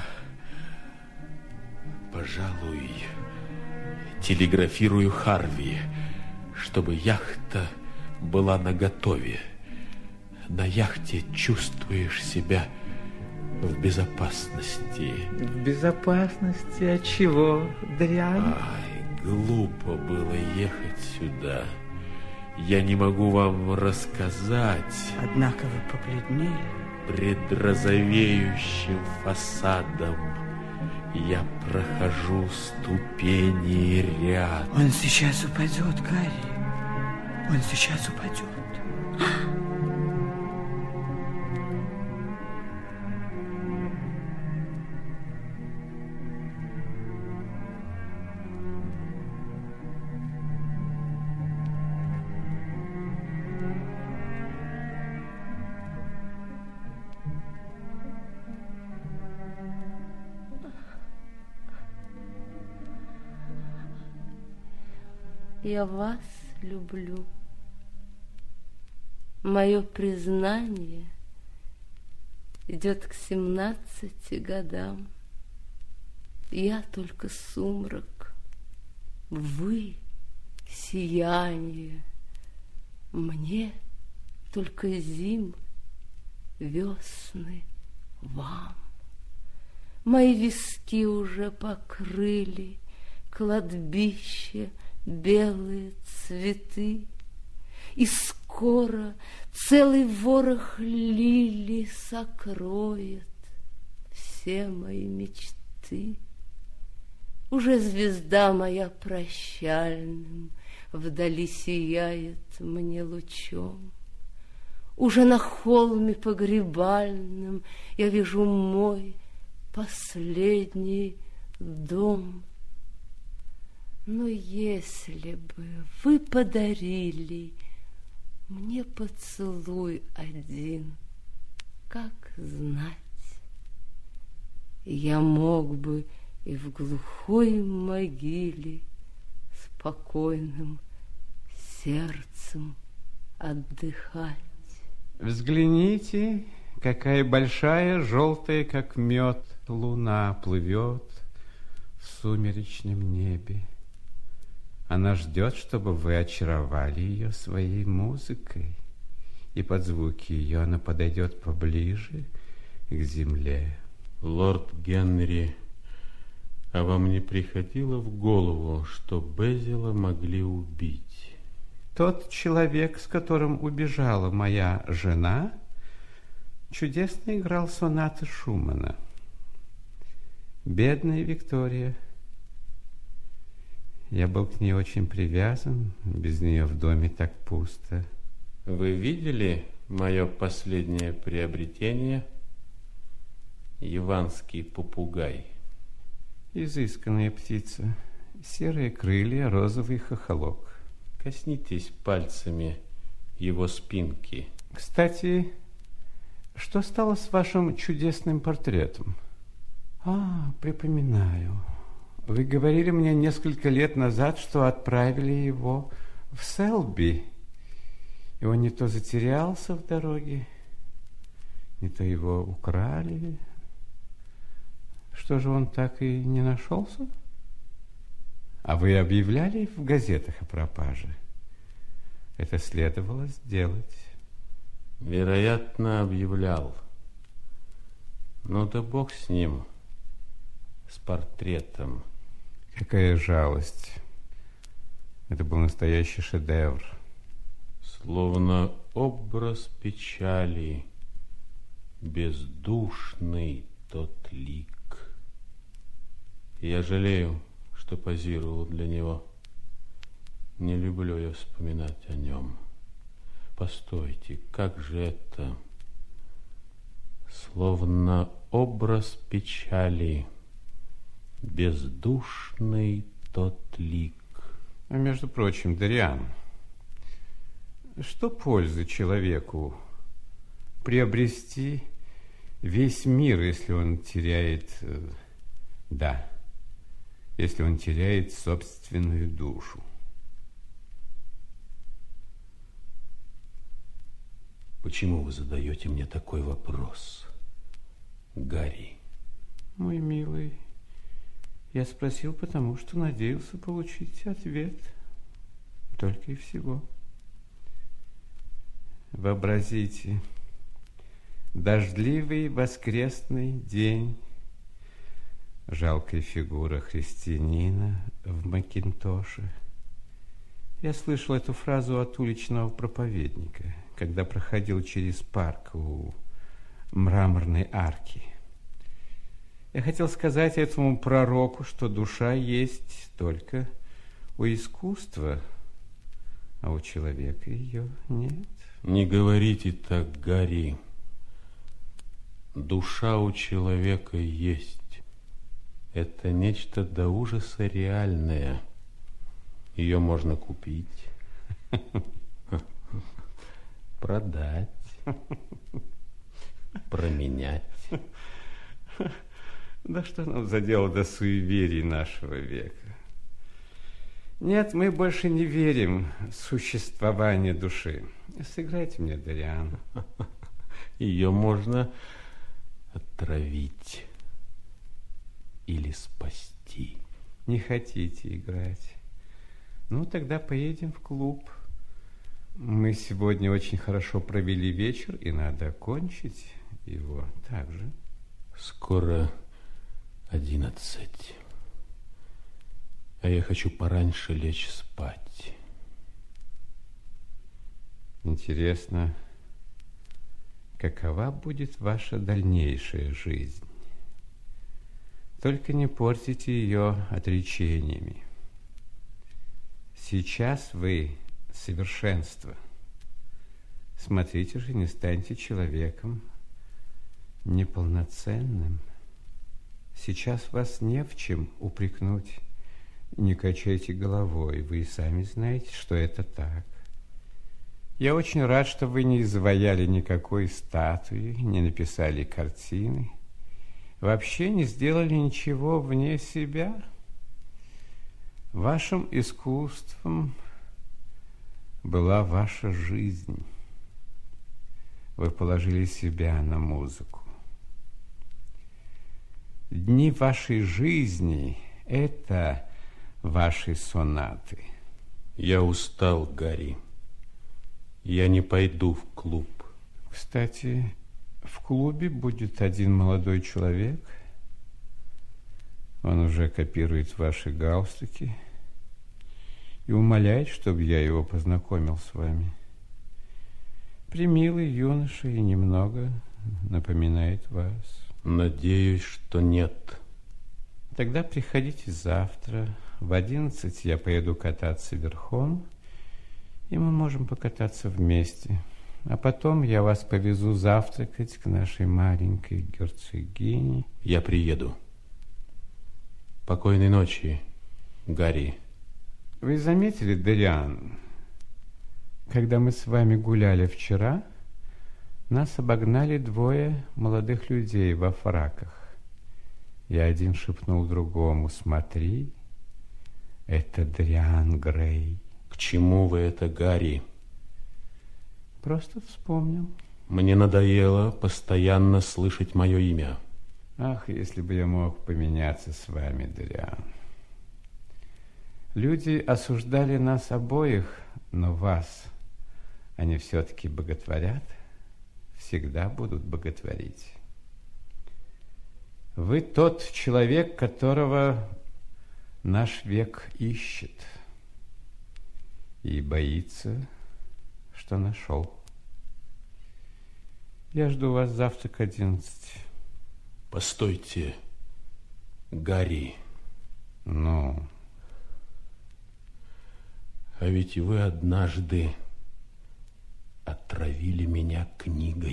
пожалуй, телеграфирую Харви, чтобы яхта была наготове. На яхте чувствуешь себя в безопасности. В безопасности от чего, Дриан? Ай, глупо было ехать сюда. Я не могу вам рассказать. Однако вы побледнели. Пред розовеющим фасадом я прохожу ступени ряд. Он сейчас упадет, Гарри. Он сейчас упадет. Я вас люблю. Мое признание идет к семнадцати годам. Я только сумрак, вы сияние. Мне только зим, весны вам. Мои виски уже покрыли кладбище белые цветы, и скоро целый ворох лилий сокроет все мои мечты. Уже звезда моя прощальным вдали сияет мне лучом. Уже на холме погребальном я вижу мой последний дом. Но если бы вы подарили мне поцелуй один, как знать, я мог бы и в глухой могиле спокойным сердцем отдыхать. Взгляните, какая большая, желтая, как мед, луна плывет в сумеречном небе. Она ждет, чтобы вы очаровали ее своей музыкой, и под звуки ее она подойдет поближе к земле. Лорд Генри, а вам не приходило в голову, что Безила могли убить? Тот человек, с которым убежала моя жена, чудесно играл сонаты Шумана. Бедная Виктория. Я был к ней очень привязан, без нее в доме так пусто. Вы видели мое последнее приобретение? Яванский попугай. Изысканная птица. Серые крылья, розовый хохолок. Коснитесь пальцами его спинки. Кстати, что стало с вашим чудесным портретом? А, припоминаю. Вы говорили мне несколько лет назад, что отправили его в Селби. И он не то затерялся в дороге, не то его украли. Что же, он так и не нашелся? А вы объявляли в газетах о пропаже? Это следовало сделать. Вероятно, объявлял. Ну да бог с ним, с портретом. Какая жалость. Это был настоящий шедевр. Словно образ печали, бездушный тот лик. Я жалею, что позировал для него. Не люблю я вспоминать о нем. Постойте, как же это? Словно образ печали, бездушный тот лик. А между прочим, Дориан, что пользы человеку приобрести весь мир, если он теряет, да, если он теряет собственную душу? Почему вы задаете мне такой вопрос, Гарри? Мой милый, я спросил, потому что надеялся получить ответ. Только и всего. Вообразите, дождливый воскресный день, жалкая фигура христианина в макинтоше. Я слышал эту фразу от уличного проповедника, когда проходил через парк у мраморной арки. Я хотел сказать этому пророку, что душа есть только у искусства, а у человека ее нет. Не говорите так, Гарри. Душа у человека есть. Это нечто до ужаса реальное. Ее можно купить, продать, променять. Да что нам за дело до суеверий нашего века? Нет, мы больше не верим в существование души. Сыграйте мне, Дориан. Ее можно отравить или спасти. Не хотите играть? Ну, тогда поедем в клуб. Мы сегодня очень хорошо провели вечер, и надо окончить его так же. Скоро одиннадцать. А я хочу пораньше лечь спать. Интересно, какова будет ваша дальнейшая жизнь? Только не портите ее отречениями. Сейчас вы совершенство. Смотрите же, не станьте человеком неполноценным. Сейчас вас не в чем упрекнуть. Не качайте головой, вы и сами знаете, что это так. Я очень рад, что вы не изваяли никакой статуи, не написали картины, вообще не сделали ничего вне себя. Вашим искусством была ваша жизнь. Вы положили себя на музыку. Дни вашей жизни – это ваши сонаты. Я устал, Гарри. Я не пойду в клуб. Кстати, в клубе будет один молодой человек. Он уже копирует ваши галстуки и умоляет, чтобы я его познакомил с вами. Примилый юноша и немного напоминает вас. Надеюсь, что нет. Тогда приходите завтра. В одиннадцать я поеду кататься верхом, и мы можем покататься вместе. А потом я вас повезу завтракать к нашей маленькой герцогине. Я приеду. Покойной ночи, Гарри. Вы заметили, Дориан, когда мы с вами гуляли вчера, нас обогнали двое молодых людей во фраках. И один шепнул другому: смотри, это Дориан Грей. К чему вы это, Гарри? Просто вспомнил. Мне надоело постоянно слышать мое имя. Ах, если бы я мог поменяться с вами, Дориан. Люди осуждали нас обоих, но вас они все-таки боготворят, всегда будут боготворить. Вы тот человек, которого наш век ищет и боится, что нашел. Я жду вас завтра к одиннадцати. Постойте, Гарри. Ну? А ведь вы однажды отравили меня книгой.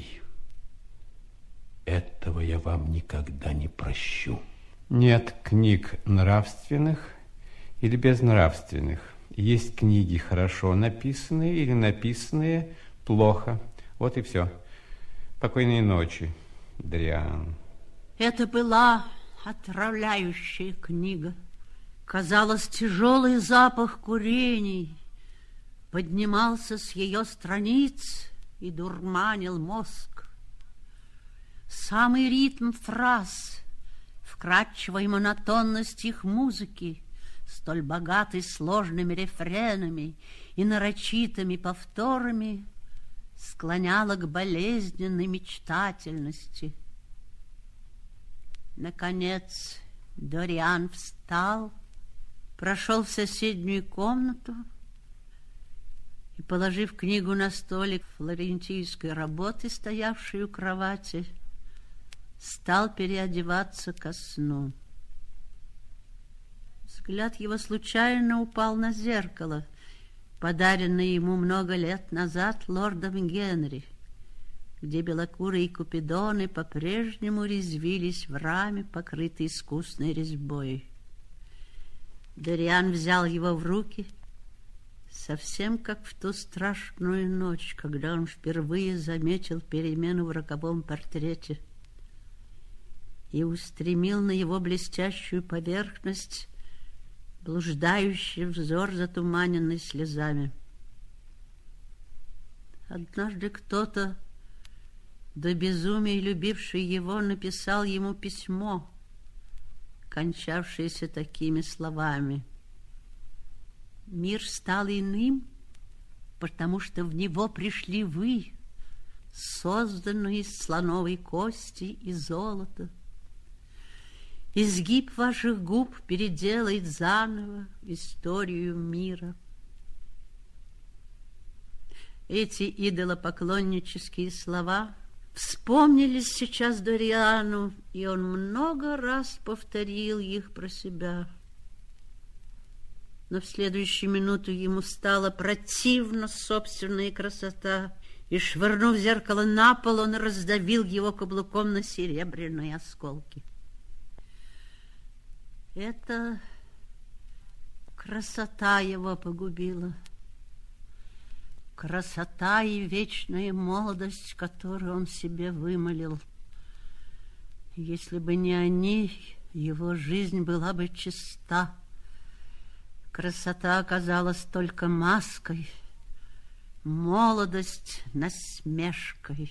Этого я вам никогда не прощу. Нет книг нравственных или безнравственных. Есть книги хорошо написанные или написанные плохо. Вот и все. Покойной ночи, Дориан. Это была отравляющая книга. Казалось, тяжелый запах курений поднимался с ее страниц и дурманил мозг. Самый ритм фраз, вкрадчивая монотонность их музыки, столь богатой сложными рефренами и нарочитыми повторами, склоняла к болезненной мечтательности. Наконец Дориан встал, прошел в соседнюю комнату и, положив книгу на столик флорентийской работы, стоявшей у кровати, стал переодеваться ко сну. Взгляд его случайно упал на зеркало, подаренное ему много лет назад лордом Генри, где белокурые купидоны по-прежнему резвились в раме, покрытой искусной резьбой. Дориан взял его в руки, совсем как в ту страшную ночь, когда он впервые заметил перемену в роковом портрете, и устремил на его блестящую поверхность блуждающий взор, затуманенный слезами. Однажды кто-то, до безумия любивший его, написал ему письмо, кончавшееся такими словами: «Мир стал иным, потому что в него пришли вы, созданные из слоновой кости и золота. Изгиб ваших губ переделает заново историю мира». Эти идолопоклоннические слова вспомнились сейчас Дориану, и он много раз повторил их про себя. Но в следующую минуту ему стала противна собственная красота, и, швырнув зеркало на пол, он раздавил его каблуком на серебряные осколки. Это красота его погубила. Красота и вечная молодость, которую он себе вымолил. Если бы не они, его жизнь была бы чиста. Красота оказалась только маской, молодость насмешкой.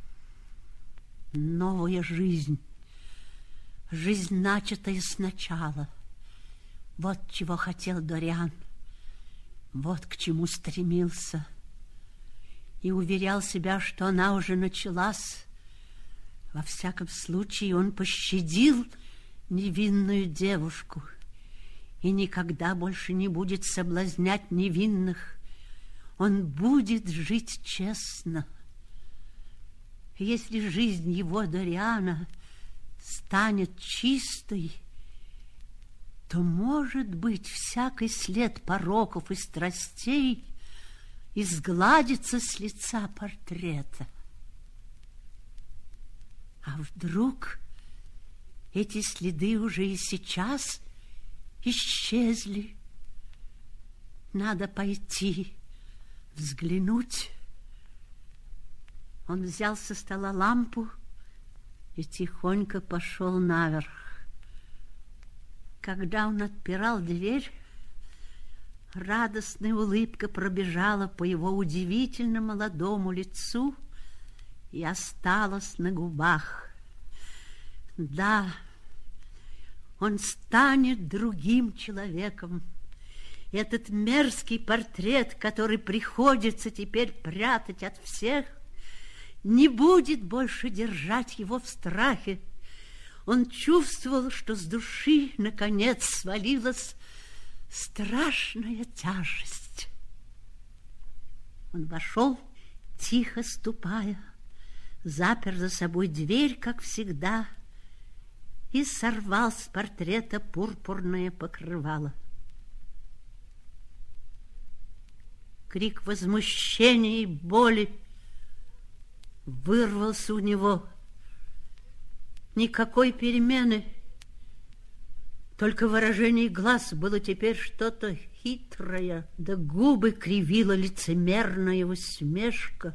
Новая жизнь, жизнь, начатая сначала. Вот чего хотел Дориан, вот к чему стремился. И уверял себя, что она уже началась. Во всяком случае, он пощадил невинную девушку и никогда больше не будет соблазнять невинных. Он будет жить честно. Если жизнь его, Дориана, станет чистой, то, может быть, всякий след пороков и страстей изгладится с лица портрета. А вдруг эти следы уже и сейчас исчезли? Надо пойти, взглянуть. Он взял со стола лампу и тихонько пошел наверх. Когда он отпирал дверь, радостная улыбка пробежала по его удивительно молодому лицу и осталась на губах. Да, он станет другим человеком. Этот мерзкий портрет, который приходится теперь прятать от всех, не будет больше держать его в страхе. Он чувствовал, что с души, наконец, свалилась страшная тяжесть. Он вошел, тихо ступая, запер за собой дверь, как всегда, и сорвал с портрета пурпурное покрывало. Крик возмущения и боли вырвался у него. Никакой перемены, только выражение глаз было теперь что-то хитрое, да губы кривила лицемерная усмешка.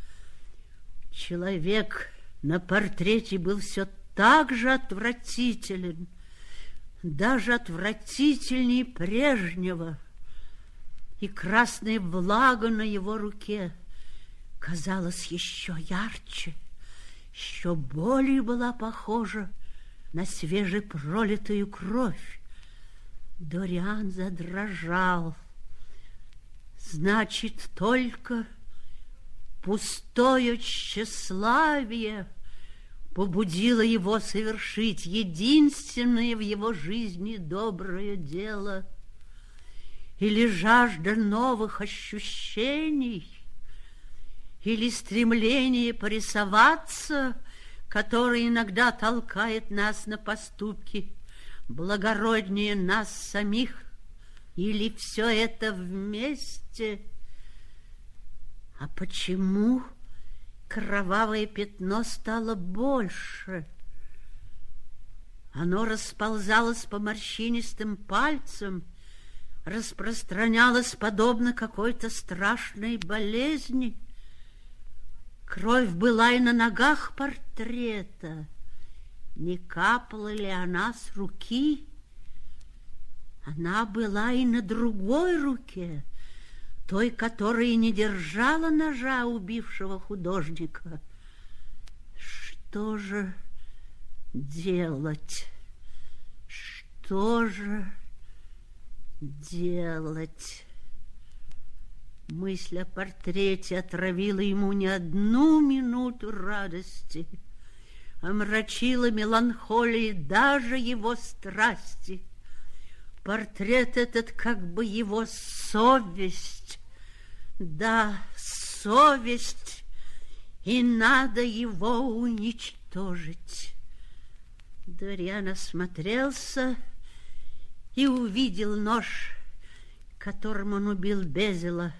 Человек на портрете был все так же отвратителен, даже отвратительнее прежнего, и красная влага на его руке казалась еще ярче, еще более была похожа на свежепролитую кровь. Дориан задрожал. Значит, только пустое тщеславие побудило его совершить единственное в его жизни доброе дело, или жажда новых ощущений, или стремление порисоваться, которое иногда толкает нас на поступки благороднее нас самих, или все это вместе. А почему кровавое пятно стало больше? Оно расползалось по морщинистым пальцам, распространялось подобно какой-то страшной болезни. Кровь была и на ногах портрета. Не капала ли она с руки? Она была и на другой руке, той, которая не держала ножа убившего художника. Что же делать? Что же делать? Мысль о портрете отравила ему не одну минуту радости, омрачила меланхолией даже его страсти. Портрет этот как бы его совесть. Да, совесть, и надо его уничтожить. Дориан осмотрелся и увидел нож, которым он убил Безила.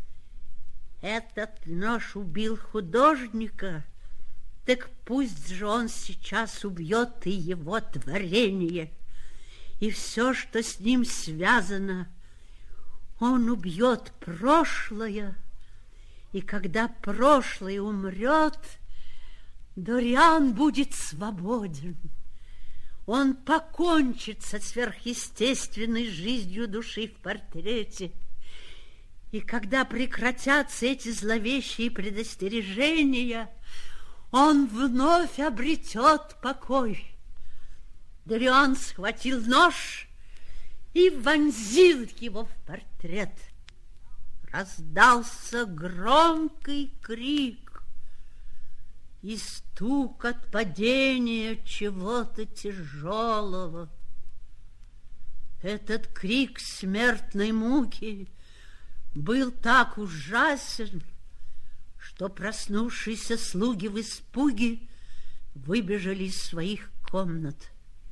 Этот нож убил художника, так пусть же он сейчас убьет и его творение. и все, что с ним связано. Он убьет прошлое, и когда прошлое умрет, Дориан будет свободен. Он покончит со сверхъестественной жизнью души в портрете. И когда прекратятся эти зловещие предостережения, он вновь обретет покой. Дориан схватил нож и вонзил его в портрет. Раздался громкий крик и стук от падения чего-то тяжелого. Этот крик смертной муки был так ужасен, что проснувшиеся слуги в испуге выбежали из своих комнат.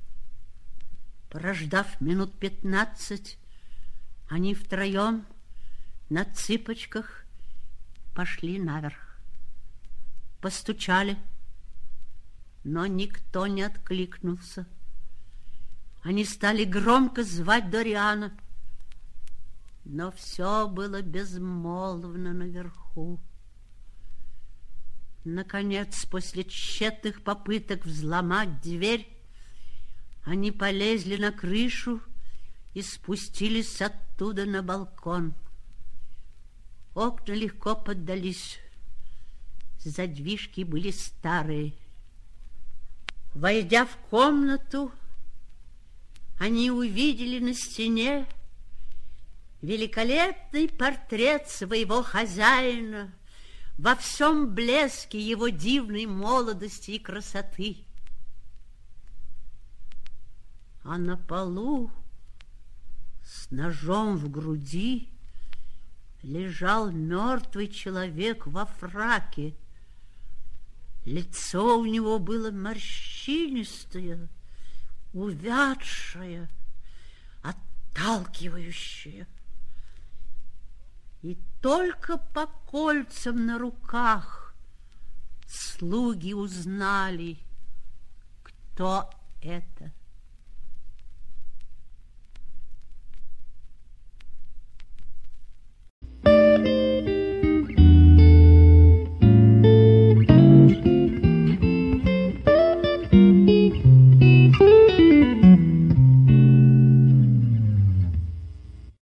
Прождав минут пятнадцать, они втроем на цыпочках пошли наверх. Постучали, но никто не откликнулся. Они стали громко звать Дориана, но все было безмолвно наверху. Наконец, после тщетных попыток взломать дверь, они полезли на крышу и спустились оттуда на балкон. Окна легко поддались. Задвижки были старые. Войдя в комнату, они увидели на стене великолепный портрет своего хозяина во всем блеске его дивной молодости и красоты. А на полу с ножом в груди лежал мертвый человек во фраке. Лицо у него было морщинистое, увядшее, отталкивающее. И только по кольцам на руках слуги узнали, кто это.